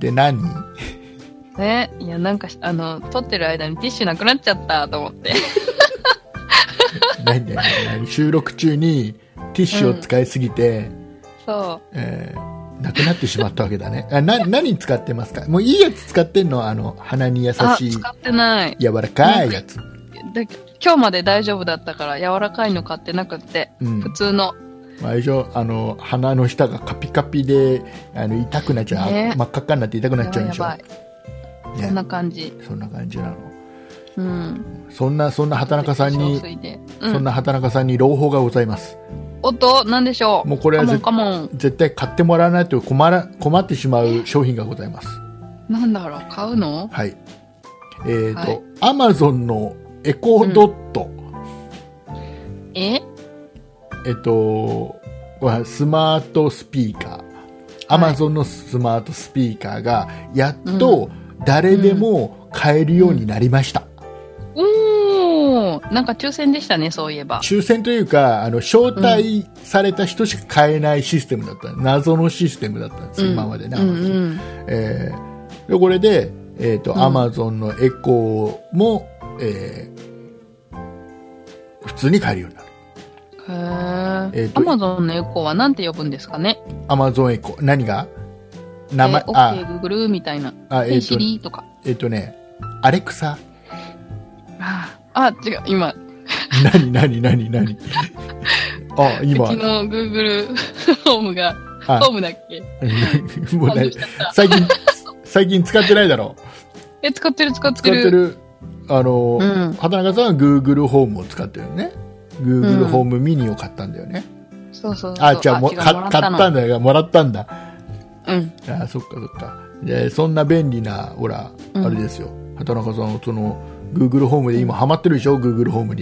で、何？ ね、いや、なんか、あの、撮ってる間にティッシュなくなっちゃったと思って。 何だよ、何収録中にティッシュを使いすぎて、うん、 そう。 えー、なくなってしまったわけだね。あ、な、何使ってますか？もういいやつ使ってんの？あの、鼻に優しい。 あ、使ってない。 柔らかいやつ。 で、今日まで大丈夫だったから柔らかいの買ってなくって、うん、普通の。 最初あの鼻の下がカピカピであの痛くなっちゃう、ね、真っ赤っかになって痛くなっちゃうんでしょ。やばいやばい、ね、 そんな感じ。 そんな感じなの。 うん。 そんなそんな畑中さんに、うん、そんな畑中さんに朗報がございます。 おっと、なんでしょう。 もうこれは絶対買ってもらわないと困ら困ってしまう商品がございます。 なんだろう、買うの？ はい。えっ、ー、と、はい、アマゾンのエコドット。 うん、え？ えっと、スマートスピーカー、アマゾンのスマートスピーカーがやっと誰でも買えるようになりました。 うんうん、おー、なんか抽選でしたね、そういえば。 抽選というか、あの招待された人しか買えないシステムだった、うん、謎のシステムだったんです、うん、今までね。うんうんえー、でこれで、えーとうん、アマゾンのエコーも、えー、普通に買えるようになる。 へー。えーと、アマゾンのエコーはなんて呼ぶんですかね？ アマゾンエコー。何が？ 名前、えー、OK、Google みたいな。あ、えーと、シリとか。 えっ、ー、とね、アレクサ。 あ、あ、違う、今。 何、何、何、何。あ、今。 うちの Google ホームが、ホームだっけ？ もうね、最近、最近使ってないだろ。 え、使ってる、使ってる。 使ってる。あの、うん、畑中さんは Google ホームを使ってるね。Google ホームミニを買ったんだよね。 うん、そうそうそう。 あ、じゃあも買ったんだよ。もらったんだ。 うん。 あ、そっかそっか。で、そんな便利な、ほら、うん、あれですよ。畑中さん、その、Google ホームで今ハマってるでしょ？ Google ホームに。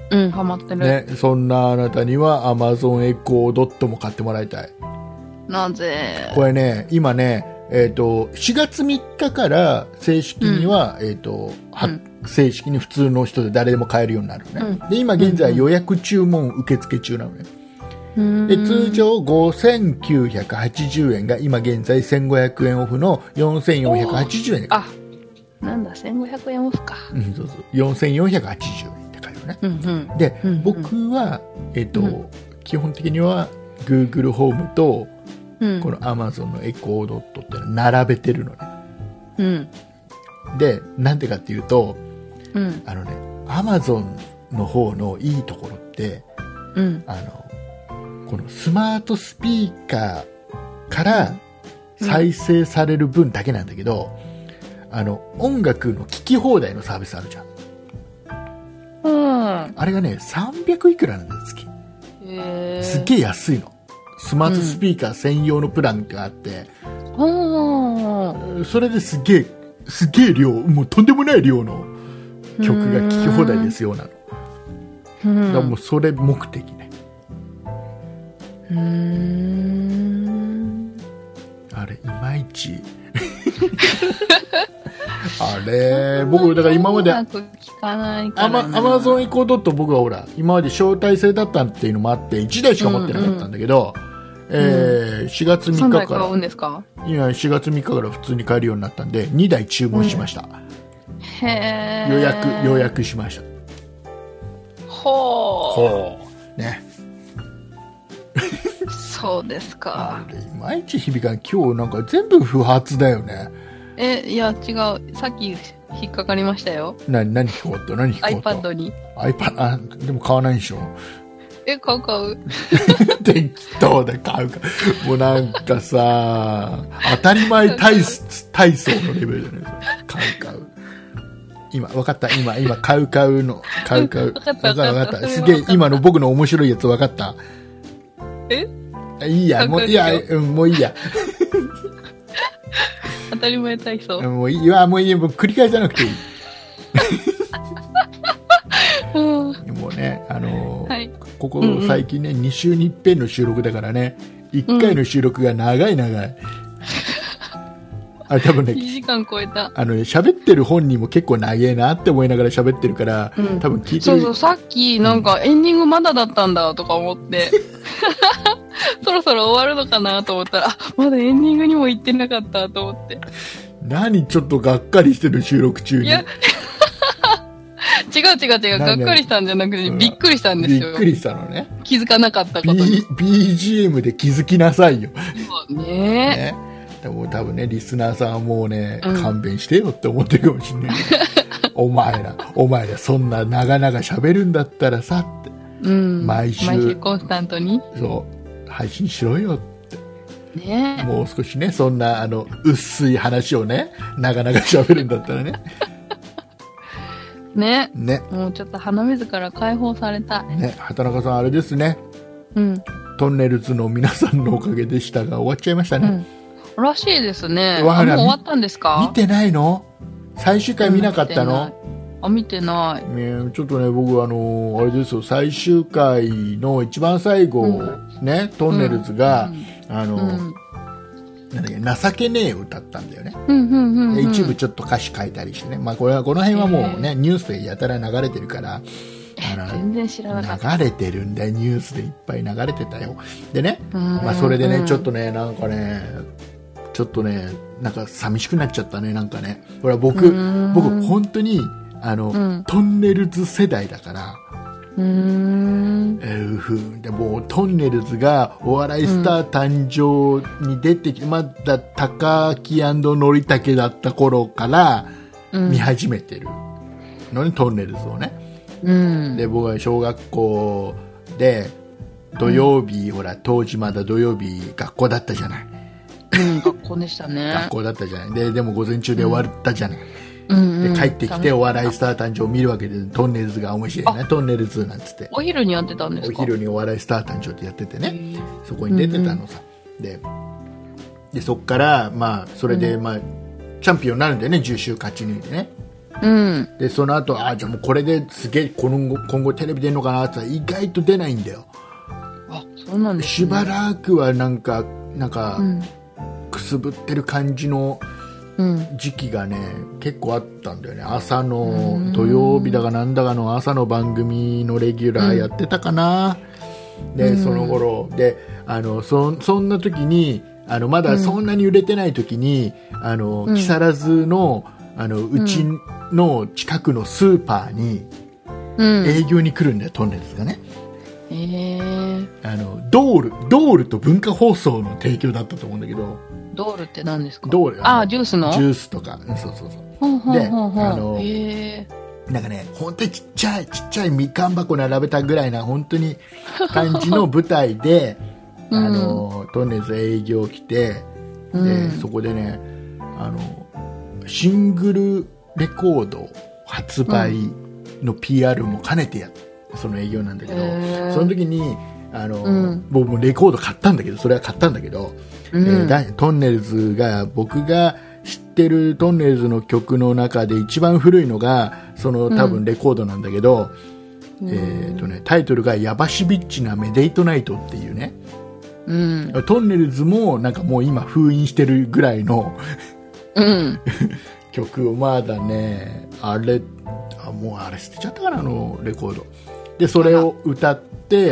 うん、ハマってる。 ね、そんなあなたには Amazon エコードットも買ってもらいたい。 なぜ？ これね、今ね、えっと、しがつみっかから正式には、うん、えっと、は、うん、正式に普通の人で誰でも買えるようになるね。うん、で、今現在予約注文受付中なのね。うん、で、通常ごせんきゅうひゃくはちじゅうえんが今現在せんごひゃくえんオフのよんせんよんひゃくはちじゅうえんで買える。 あ、なんだ、せんごひゃくえんオフか。 うん、そうそう。よんせんよんひゃくはちじゅうえんって買えるね。うんうん、で、うんうん、僕は、えっと、うん、基本的には Google ホームと、うん、この Amazon のエコードットって並べてるのね。うん、で、なんでかっていうと、うん、あのね、Amazon の方のいいところって、うん、あの、このスマートスピーカーから再生される分だけなんだけど、うん、あの、音楽の聴き放題のサービスあるじゃん。うん、あれがね、さんびゃくいくらなんだよ、月。へー。すっげえ安いの。スマートスピーカー専用のプランがあって、うん、それですげえ、すげえ量、もうとんでもない量の曲が聴き放題ですよ、なの。うん、だからもうそれ目的ね。うーん、あれ、いまいち。あれ、僕、だから今まで、アマゾンエコードット僕はほら、今まで招待制だったっていうのもあって、いちだいしか持ってなかったんだけど、うんうん、えー、しがつみっかから、今しがつみっかから普通に買えるようになったんで、にだい注文しました。うん、へー。予約、予約しました。 ほー。 ほー。ね。 そうですか。 あれ、いまいち響かない。今日なんか全部不発だよね。 え、いや、違う。さっき引っかかりましたよ。 な、何聞こうと何聞こうと iPad に。 iPad、あ、でも買わないでしょ。 え、買う買う。 適当で買うか。もうなんかさ、当たり前体体操のレベルだね。買う買う。今、わかった。今、今、買う買うの。買う買う。わかったわかった。すげえ、今の僕の面白いやつわかった。 えいいや、もういいや、うん、もういいや。 当たり前体操。 もういいわ、もういいや、もう繰り返さなくていい。もうね、あのーはい、ここ最近ね、うんうん、に週に一遍の収録だからね、いっかいの収録が長い長い。うん、あれ多分ね、 いちじかん超えた。 あのね、喋ってる本人も結構長えなって思いながら喋ってるから、うん、多分聞いてる。 そうそう、さっきなんかエンディングまだだったんだとか思って、そろそろ終わるのかなと思ったら、あ、まだエンディングにも行ってなかったと思って。 何ちょっとがっかりしてる収録中に。いや違う違う違う、がっかりしたんじゃなくて、びっくりしたんですよ。 びっくりしたのね。 気づかなかったことに。 B、ビージーエム で気づきなさいよ。 そうね。ね、 でも多分ね、リスナーさんはもうね、うん、勘弁してよって思ってるかもしれない。お前ら、お前らそんな長々喋るんだったらさって。うん。毎週。 毎週コンスタントに。 そう。配信しろよって。ね、もう少しね、そんな、あの、薄い話をね、長々喋るんだったらね。 ね。 ね。 もうちょっと鼻水から解放されたい。 ね。畑中さん、あれですね。うん。トンネルズの皆さんのおかげでしたが、終わっちゃいましたね。 うん、らしいですね。あ、もう終わったんですか？ 見てないの？最終回見なかったの？ あ、見てない。 ね、ちょっとね、僕、あの、あれですよ、最終回の一番最後、うん、ね、トンネルズが、うん、あの、うんなんだっけ、情けねえを歌ったんだよね、うんうんうんうん、一部ちょっと歌詞書いたりしてね、まあ、これはこの辺はもうねニュースでやたら流れてるからあ全然知らなかった。 流れてるんだよ、ニュースでいっぱい流れてたよ。でね、まあ、それでねちょっとねなんかねちょっとねなんか寂しくなっちゃったね。なんかねほら僕僕本当にあの、うん、トンネルズ世代だからうーんえー、でもトンネルズがお笑いスター誕生に出てきて、うん、まだ高木のりたけだった頃から見始めてるのに、うん、トンネルズをね、うん、で僕は小学校で土曜日、うん、ほら当時まだ土曜日学校だったじゃない、 うん、学校でしたね学校だったじゃない。ででも午前中で終わったじゃない、うんうんうん、で帰ってきてお笑いスター誕生を見るわけで、トンネルズが面白いね、トンネルズなんつってお昼にやってたんですか？ お昼にお笑いスター誕生ってやっててね、そこに出てたのさ、うんうん、で, でそっからまあそれで、まあ、うん、チャンピオンになるんだよね、じゅっ週勝ち抜いてね、 うん、 でその後あじゃあもうこれですげえ今後、今後テレビ出るのかなって言ったら意外と出ないんだよ。 あ、そうなんですね。 しばらくはなんかなんか、うん、くすぶってる感じの時期がね、うん、結構あったんだよね。朝の土曜日だかなんだかの朝の番組のレギュラーやってたかな、うん、でその頃であの そ, そんな時にあのまだそんなに売れてない時に、うん、あの木更津のあのうちの近くのスーパーに営業に来るんだよ、トンネルズがね。 えー、 あのドールドールと文化放送の提供だったと思うんだけど。 ドールって何ですか？ ドールあジュースのジュースとか、そうそうそう。 ほんほんで、 ほんほんあのへなんかね本当にちっちゃいちっちゃいみかん箱並べたぐらいな本当に感じの舞台であの、うん、トンネルズ営業来て、で、うん、そこでねあのシングルレコード発売の ピーアール も兼ねてやその営業なんだけど、その時にあの、うん、僕もレコード買ったんだけどそれは買ったんだけど、うん、えー、トンネルズが僕が知ってるトンネルズの曲の中で一番古いのがその多分レコードなんだけど、うん、えーとね、タイトルがヤバシビッチなメデイトナイトっていうね、 うん、 トンネルズもなんかもう今封印してるぐらいのうん、 曲をまだねあれあもうあれ捨てちゃったかなあのレコードでそれを歌って、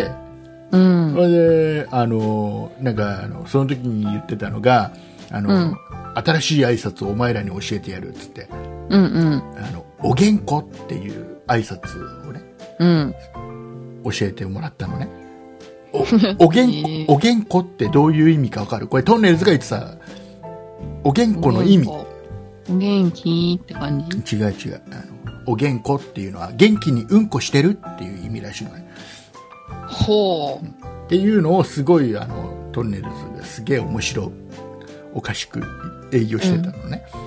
うん、 それであのなんかあのその時に言ってたのがあの、うん、新しい挨拶をお前らに教えてやるっつって、 うんうん、 あのおげんこっていう挨拶をね、 うん、 教えてもらったのね。お, おげんこおげんこってどういう意味か分かる？これトンネルズが言ってたおげんこの意味。 お元気って感じ？ 違う違う。あのお元こっていうのは元気にうんこしてるっていう意味らしいのね。 ほう。 っていうのをすごいあのトンネルズがすげえ面白おかしく営業してたのね。うん、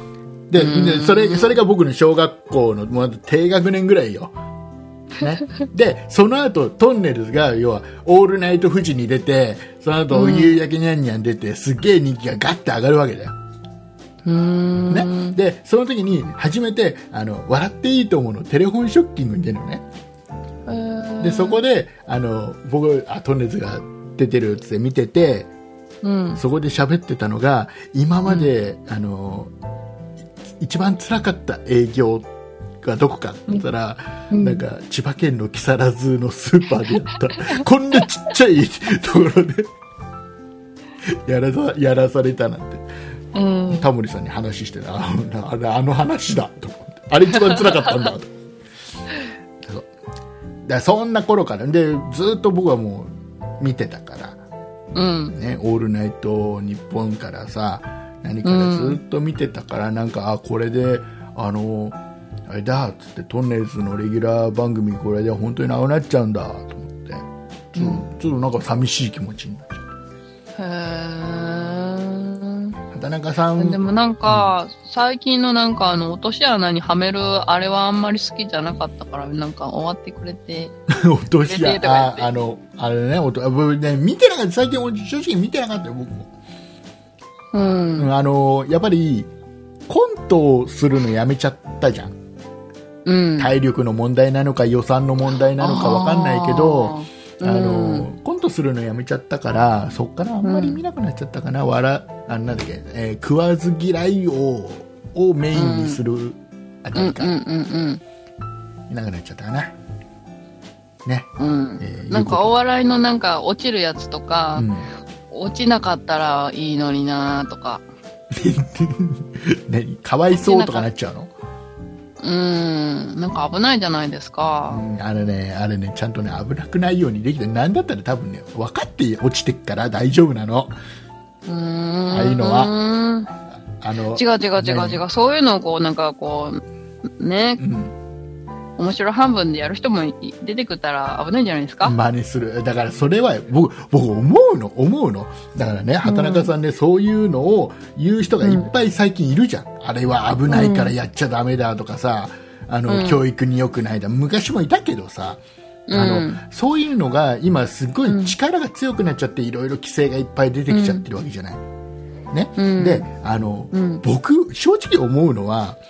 で, でそれそれが僕の小学校のもう低学年ぐらいよ。ね、でその後トンネルズが要はオールナイトフジに出てその後、うん、夕焼けにゃんにゃん出てすげえ人気がガッて上がるわけだよ。 うーん、 ね、でその時に初めてあの笑っていいと思うのテレフォンショッキングに出るのね。でそこであの僕あトンネルズが出てるって見てて、 うん、 そこで喋ってたのが今まで、うん、あの一番辛かった営業がどこかって言ったら、うん、なんか千葉県の木更津のスーパーでやったこんなちっちゃいところでやらさ、やらされたなんて、 うん、 タモリさんに話してた あ, あ, れあの話だと思ってあれ一番辛かったんだとそうだそんな頃からでずっと僕はもう見てたから、 うんね、オールナイト日本からさ何からずっと見てたから、うん、なんかあこれであのあれだっつってトンネルズのレギュラー番組これで本当になくなっちゃうんだと思って、うん、ちょっとなんか寂しい気持ちになっちゃった。 へー。 畑中さんでもなんか、うん、最近のなんかあの落とし穴にはめるあれはあんまり好きじゃなかったからなんか終わってくれて落とし穴ああのあれね僕ね見てなかった最近正直見てなかったよ僕も、 うん、 あのやっぱりコントをするのやめちゃったじゃん。 うん、 体力の問題なのか予算の問題なのか分かんないけどあ、あの、うん、コントするのやめちゃったからそっからあんまり見なくなっちゃったかな、うん、笑あなんだっけ、えー、食わず嫌いををメインにするあたりから、 うんうんうんうん、 見なくなっちゃったかなね、 うんえー、なんかお笑いのなんか落ちるやつとか、うん、落ちなかったらいいのになとか何かわいそうとかなっちゃうの？ うーん、なんか危ないじゃないですか。 うん、あれね、あれね、ちゃんとね、危なくないようにできて、なんだったら多分ね、分かって落ちてっから大丈夫なの。 うーん。 ああいうのは。あの。 違う違う違う違う。そういうのをこう、なんかこう、ね。うん。面白半分でやる人も出てくったら危ないんじゃないですか。 真似する。だからそれは、僕、僕思うの、思うの。だからね、畑中さんね、うん、そういうのを言う人がいっぱい最近いるじゃん。うん、あれは危ないからやっちゃダメだとかさ、あの、うん、教育に良くないだ。昔もいたけどさ、あの、うん、そういうのが今すごい力が強くなっちゃって、いろいろ規制がいっぱい出てきちゃってるわけじゃない。ね。うん、で、あの、うん、僕、正直思うのは、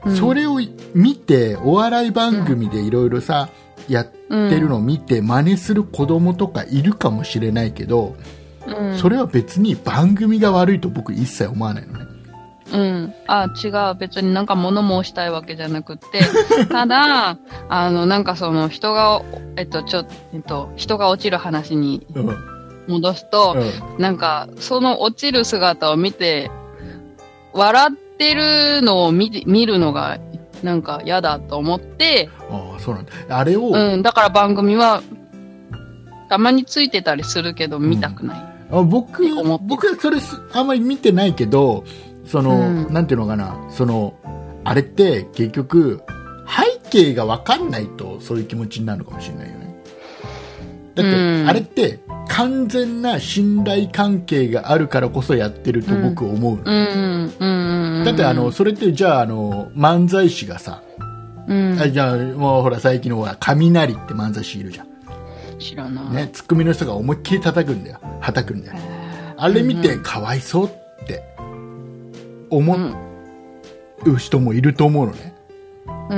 うん、それを見てお笑い番組でいろいろさ、うん、やってるのを見て真似する子供とかいるかもしれないけど、うん、それは別に番組が悪いと僕一切思わないのね。 うん。あ、違う。別になんか物申したいわけじゃなくて、ただ、あの、なんかその人が、えっと、ちょ、えっと、人が落ちる話に戻すと、うん、なんか、その落ちる姿を見て、笑ってるのを見、見るのが、なんか嫌だと思って、 ああ、そうなんだ。あれを、 うん、だから番組は、たまについてたりするけど、見たくない。 うん、あ僕、僕はそれあんまり見てないけど、その、うん、なんていうのかな、その、あれって結局、背景が分かんないとそういう気持ちになるのかもしれないよね。だって、うん、あれって完全な信頼関係があるからこそやってると僕思う。うんうん、だってあの、それってじゃあ、あの、漫才師がさ、うん、あじゃあもうほら最近のほら、雷って漫才師いるじゃん。 知らない。 ね、ツッコミの人が思いっきり叩くんだよ。叩くんだよ。あれ見てかわいそうって思う人もいると思うのね。うん。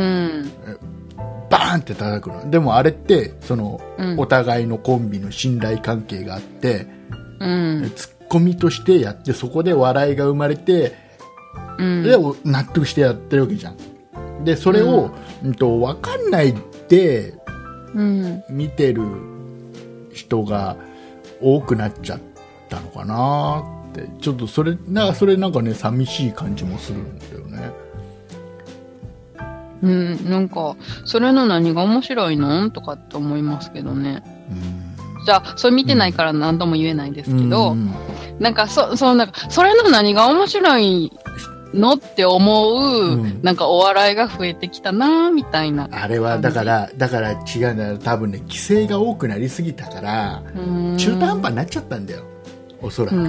バーンって叩くの。でもあれってその、うん、お互いのコンビの信頼関係があって、うん、ツッコミとしてやってそこで笑いが生まれて、うん、で納得してやってるわけじゃん。でそれを、うん、と分かんないで、うん、見てる人が多くなっちゃったのかなってちょっとそれなんかそれなんかね寂しい感じもするんだよね。 うん、なんかそれの何が面白いのとかって思いますけどね。うん、じゃあそれ見てないから何とも言えないですけど、うん、なんかそそなんかそれの何が面白いのって思う、うん、なんかお笑いが増えてきたなみたいな。 あれはだからだから違うんだよ。多分ね規制が多くなりすぎたから中途半端になっちゃったんだよ。おそらく。あ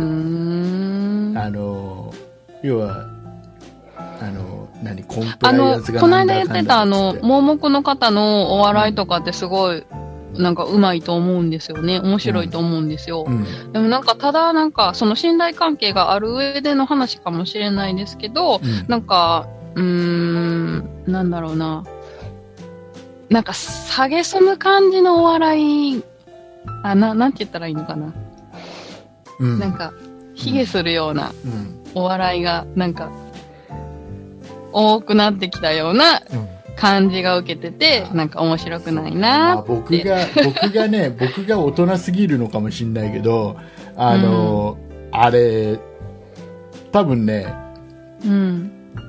の要はあの何コンプライアンスがこの間言ってたあの盲目の方のお笑いとかってすごい、うん、なんかうまいと思うんですよね。面白いと思うんですよ。うん、でもなんかただなんかその信頼関係がある上での話かもしれないですけど、うん、なんかうーんなんだろうななんか下げすむ感じのお笑いあななんて言ったらいいのかな、うん、なんか卑下するようなお笑いがなんか多くなってきたような、うん感じが受けてて、なんか面白くないなーって、まあ、 僕が僕がね僕が大人すぎるのかもしれないけどあの、うん、あれ多分ね、うん、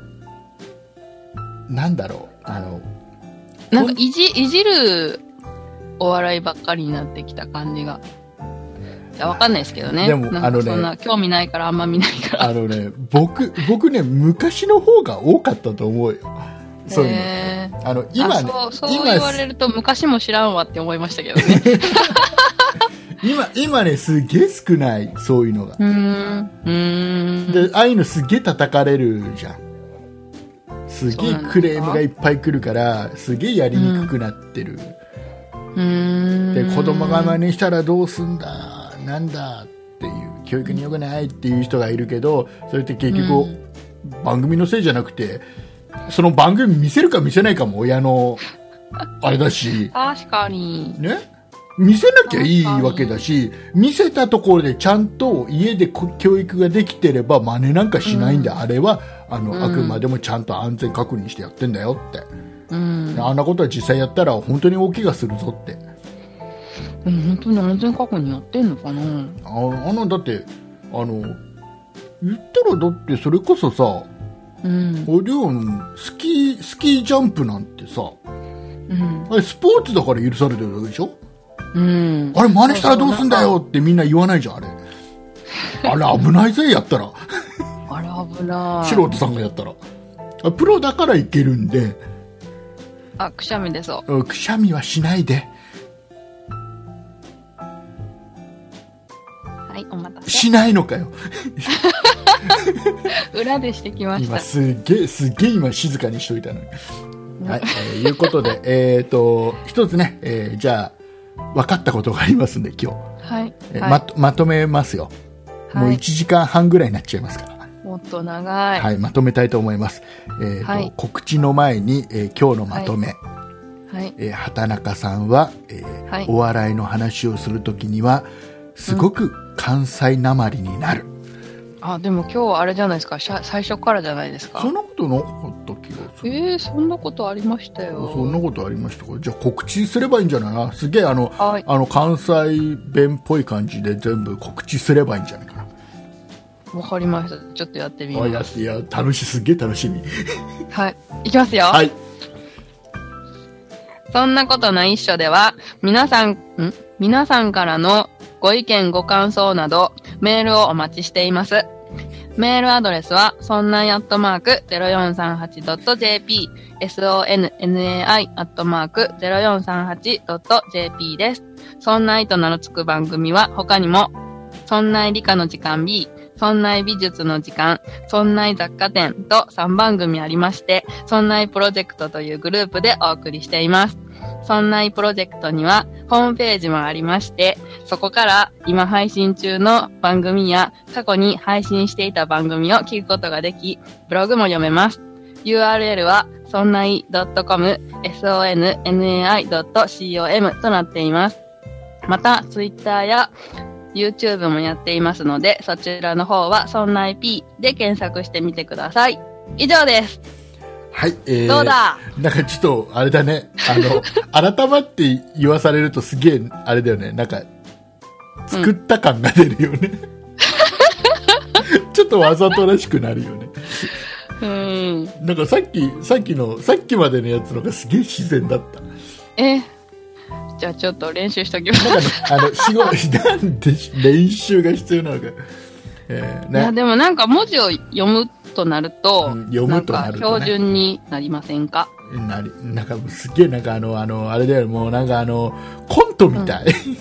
なんだろうあのなんかいじいじるお笑いばっかりになってきた感じがいやわかんないですけどね。 でもあのねそんな興味ないからあんま見ないからあのね僕僕ね昔の方が多かったと思うよ。そういうのあの今ねそう、そう言われると昔も知らんわって思いましたけどね今今ねすげえ少ないそういうのがうーんうーんでああいうのすげえ叩かれるじゃん。すげえクレームがいっぱい来るからすげえやりにくくなってる。うーんで子供が真似したらどうすんだなんだっていう教育に良くないっていう人がいるけどそれって結局番組のせいじゃなくてその番組見せるか見せないかも親のあれだし確かにね見せなきゃいいわけだし見せたところでちゃんと家で教育ができてれば真似なんかしないんで、うん、あれはあの、うん、あくまでもちゃんと安全確認してやってんだよって、うん、あんなことは実際やったら本当に大怪我するぞって、 うん、本当に安全確認やってんのかな。 ああのだってあの言ったらだってそれこそさうん、あれはスキースキージャンプなんてさ、うん、あれスポーツだから許されてるわけでしょ、うん、あれ真似したらどうすんだよってみんな言わないじゃんあれあれ危ないぜやったらあれ危ない素人さんがやったらプロだからいけるんであくしゃみでそうくしゃみはしないではいお待たせしないのかよ裏でしてきました。 今すっげえすっげえ今静かにしといたのに。はい、えー、いうことでえっと一つね、えー、じゃあ分かったことがありますんで今日、はいえーはい、ま, まとめますよ。はい、もういちじかんはんぐらいになっちゃいますから。 もっと長い。 はい、まとめたいと思います。えーとはい、告知の前に、えー、今日のまとめ。はいはいえー、畑中さんは、えーはい、お笑いの話をするときにはすごく関西なまりになる。うんあ、でも今日はあれじゃないですか。最初からじゃないですか。 そんなことなかった気がする。 えー、そんなことありましたよ。 そんなことありましたか。じゃあ告知すればいいんじゃないな。すげえあの、はい、あの関西弁っぽい感じで全部告知すればいいんじゃないかな。 わかりました。ちょっとやってみます。 やっていや楽しいすげえ楽しみ。 はい。いきますよ。 はい。 そんなことないっしょでは皆さんん皆さんからのご意見ご感想などメールをお待ちしています。メールアドレスは、そんないアットマーク ゼロよんさんはちドットジェーピー、ソンナイ アットマーク ゼロよんさんはちドットジェーピー です。そんないと名の付く番組は他にも、そんない理科の時間 B、そんない美術の時間、そんない雑貨店とさんばん組ありまして、そんないプロジェクトというグループでお送りしています。そんないプロジェクトにはホームページもありまして、そこから今配信中の番組や過去に配信していた番組を聞くことができ、ブログも読めます。ユーアールエル はそんない .com、ソンナイ ドットコム となっています。また、Twitter やYouTube もやっていますので、そちらの方はそんない P で検索してみてください。以上です。 はい、えー、 どうだなんかちょっとあれだね、あの改まって言わされるとすげえあれだよね、なんか作った感が出るよね、うん、ちょっとわざとらしくなるよね。 うん、 なんかさっきさっきのさっきまでのやつのがすげえ自然だった。 えじゃあちょっと練習しときます。 なんか、ね、あの仕事なんで練習が必要なのか。えーね、 いやでもなんか文字を読むとなると、 うん、読むとなると、ね、 標準になりませんか。 なりなんかすげえなんかあのあのあれだよ、もうなんかあのコントみたい。うん、い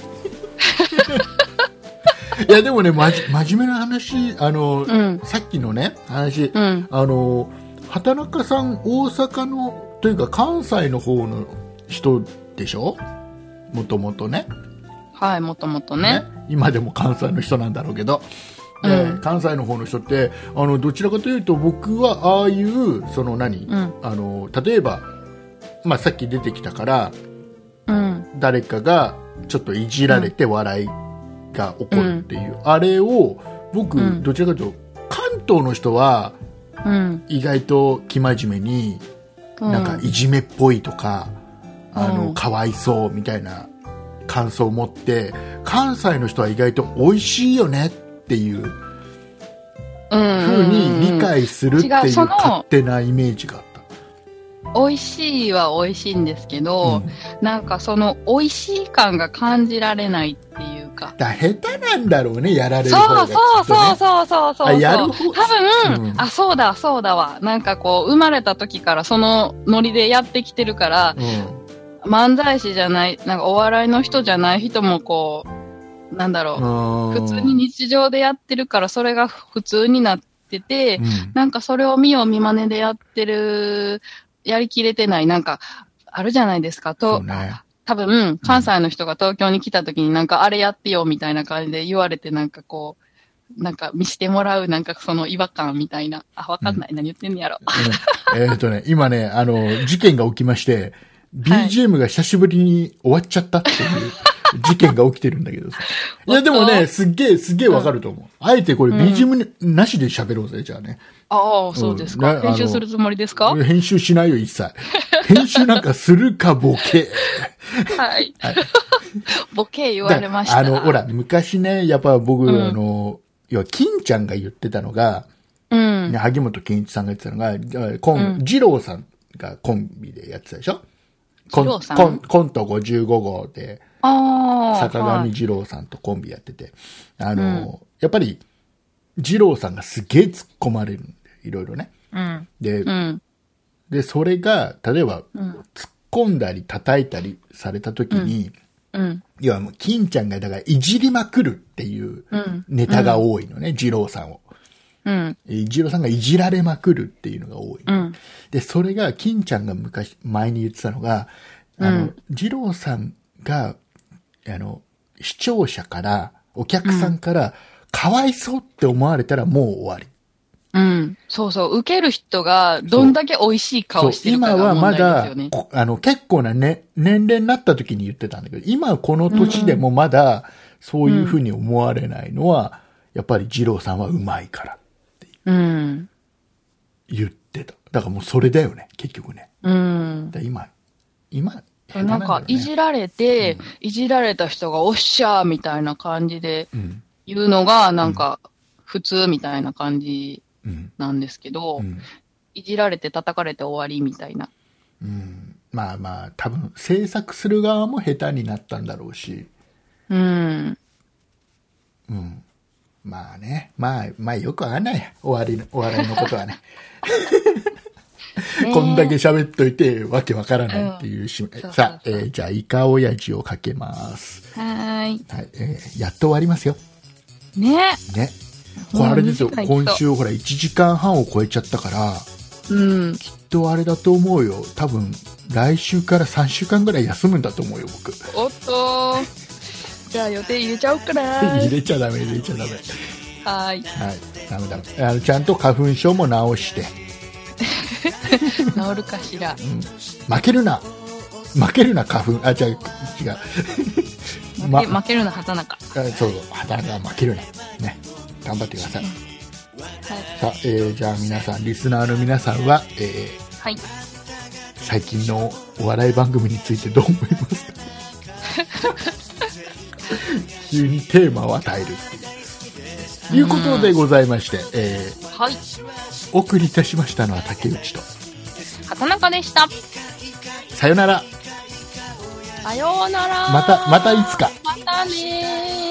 やでもね、まじ真面目な話、あの、うん、さっきのね話、うん、あの畑中さん大阪のというか関西の方の人でしょ、もともとね。 はい、もともとね。 今でも関西の人なんだろうけど。うん、関西の方の人ってあのどちらかというと僕はああいうその何、うん、あの例えば、まあ、さっき出てきたから、うん、誰かがちょっといじられて笑いが起こるっていう、うん、あれを僕、うん、どちらかというと関東の人は、うん、意外と生真面目に、うん、なんかいじめっぽいとか、うん、あのかわいそうみたいな感想を持って、関西の人は意外と美味しいよねっていう風に理解するっていう勝手なイメージがあった。 美味しいは美味しいんですけど、うん、なんかその美味しい感が感じられないっていうか。 だ下手なんだろうね、やられる方が、ね。 そうそうそうそうそうそう。 やる方多分、うん、あ、そうだそうだわ。なんかこう生まれた時からそのノリでやってきてるから、うん、漫才師じゃない、なんかお笑いの人じゃない人もこう。なんだろう、普通に日常でやってるからそれが普通になってて、うん、なんかそれを見よう見まねでやってる、やりきれてない、なんかあるじゃないですかと、ね、多分関西の人が東京に来た時になんかあれやってよみたいな感じで言われて、なんかこうなんか見してもらう、なんかその違和感みたいな、あ、わかんない、うん、何言ってんのやろ、 うん、えっとね今ねあの事件が起きまして ビージーエム が久しぶりに終わっちゃったっていう、はい事件が起きてるんだけどさ。いやでもね、すっげえ、すっげえわかると思う。うん、あえてこれ ビージーエム なしで喋ろうぜ、じゃあね。 ああ、そうですか、うん。編集するつもりですか？ 編集しないよ、一切。編集なんかするか、ボケ。 はい。はい、ボケ言われました。 あの、ほら、昔ね、やっぱ僕、うん、あの、要は、金ちゃんが言ってたのが、うん。ね、萩本健一さんが言ってたのが、コン、うん、二郎さんがコンビでやってたでしょ？コン、コン、コントごじゅうご号で、坂上二郎さんとコンビやってて、はい、あの、うん、やっぱり、二郎さんがすげえ突っ込まれるんで、いろいろね。うん、で、うん、で、それが、例えば、うん、突っ込んだり叩いたりされた時に、うんうん、要はもう、金ちゃんがだからいじりまくるっていうネタが多いのね、二郎さんを。うん。二郎さんがいじられまくるっていうのが多い。うん、で、それが、金ちゃんが昔、前に言ってたのが、あの、うん、二郎さんが、あの、視聴者から、お客さんから、かわいそうって思われたらもう終わり。 うん。そうそう。受ける人がどんだけ美味しい顔してるかが問題ですよね。 今はまだ、あの、結構な、ね、年齢になった時に言ってたんだけど、今この年でもまだそういうふうに思われないのは、うん、やっぱり二郎さんはうまいからって言ってた。だからもうそれだよね、結局ね。 うん。 だ今、今、 なんなんか、いじられて、うん、いじられた人がおっしゃーみたいな感じで言うのが、なんか、普通みたいな感じなんですけど、うんうん、いじられて叩かれて終わりみたいな。 うん、まあまあ、多分、制作する側も下手になったんだろうし。 うん。 うん。まあね、まあ、まあよくわかんないや。終わりの、お笑いのことはね。こんだけ喋っといて、わけわからないっていうし、うん、さあ、えー、じゃあ、イカオヤジをかけます。 はーい。 はい、えー、やっと終わりますよ。 ね。 ね。これあれですよ、今週ほらいちじかんはんを超えちゃったから、 うん。 きっとあれだと思うよ。多分、来週からさんしゅうかんぐらい休むんだと思うよ、僕。 おっとー。じゃあ予定入れちゃおうかな。 入れちゃダメ、入れちゃダメ。 はーい。 はい、ダメダメ。あの、ちゃんと花粉症も治して。 治るかしら、 うん、負けるな負けるな花粉あ違う違う負け、ま、負けるな畑中そうそう畑中負けるなね頑張ってください、うん、はい、さあ、えー、じゃあ皆さんリスナーの皆さんは、えーはい、 最近のお笑い番組についてどう思いますか急にテーマを与えるということでございまして、えーはい、 お送りいたしましたのは竹内と畑中でした。 さよなら。 さようなら。 またまたいつか。 またねー。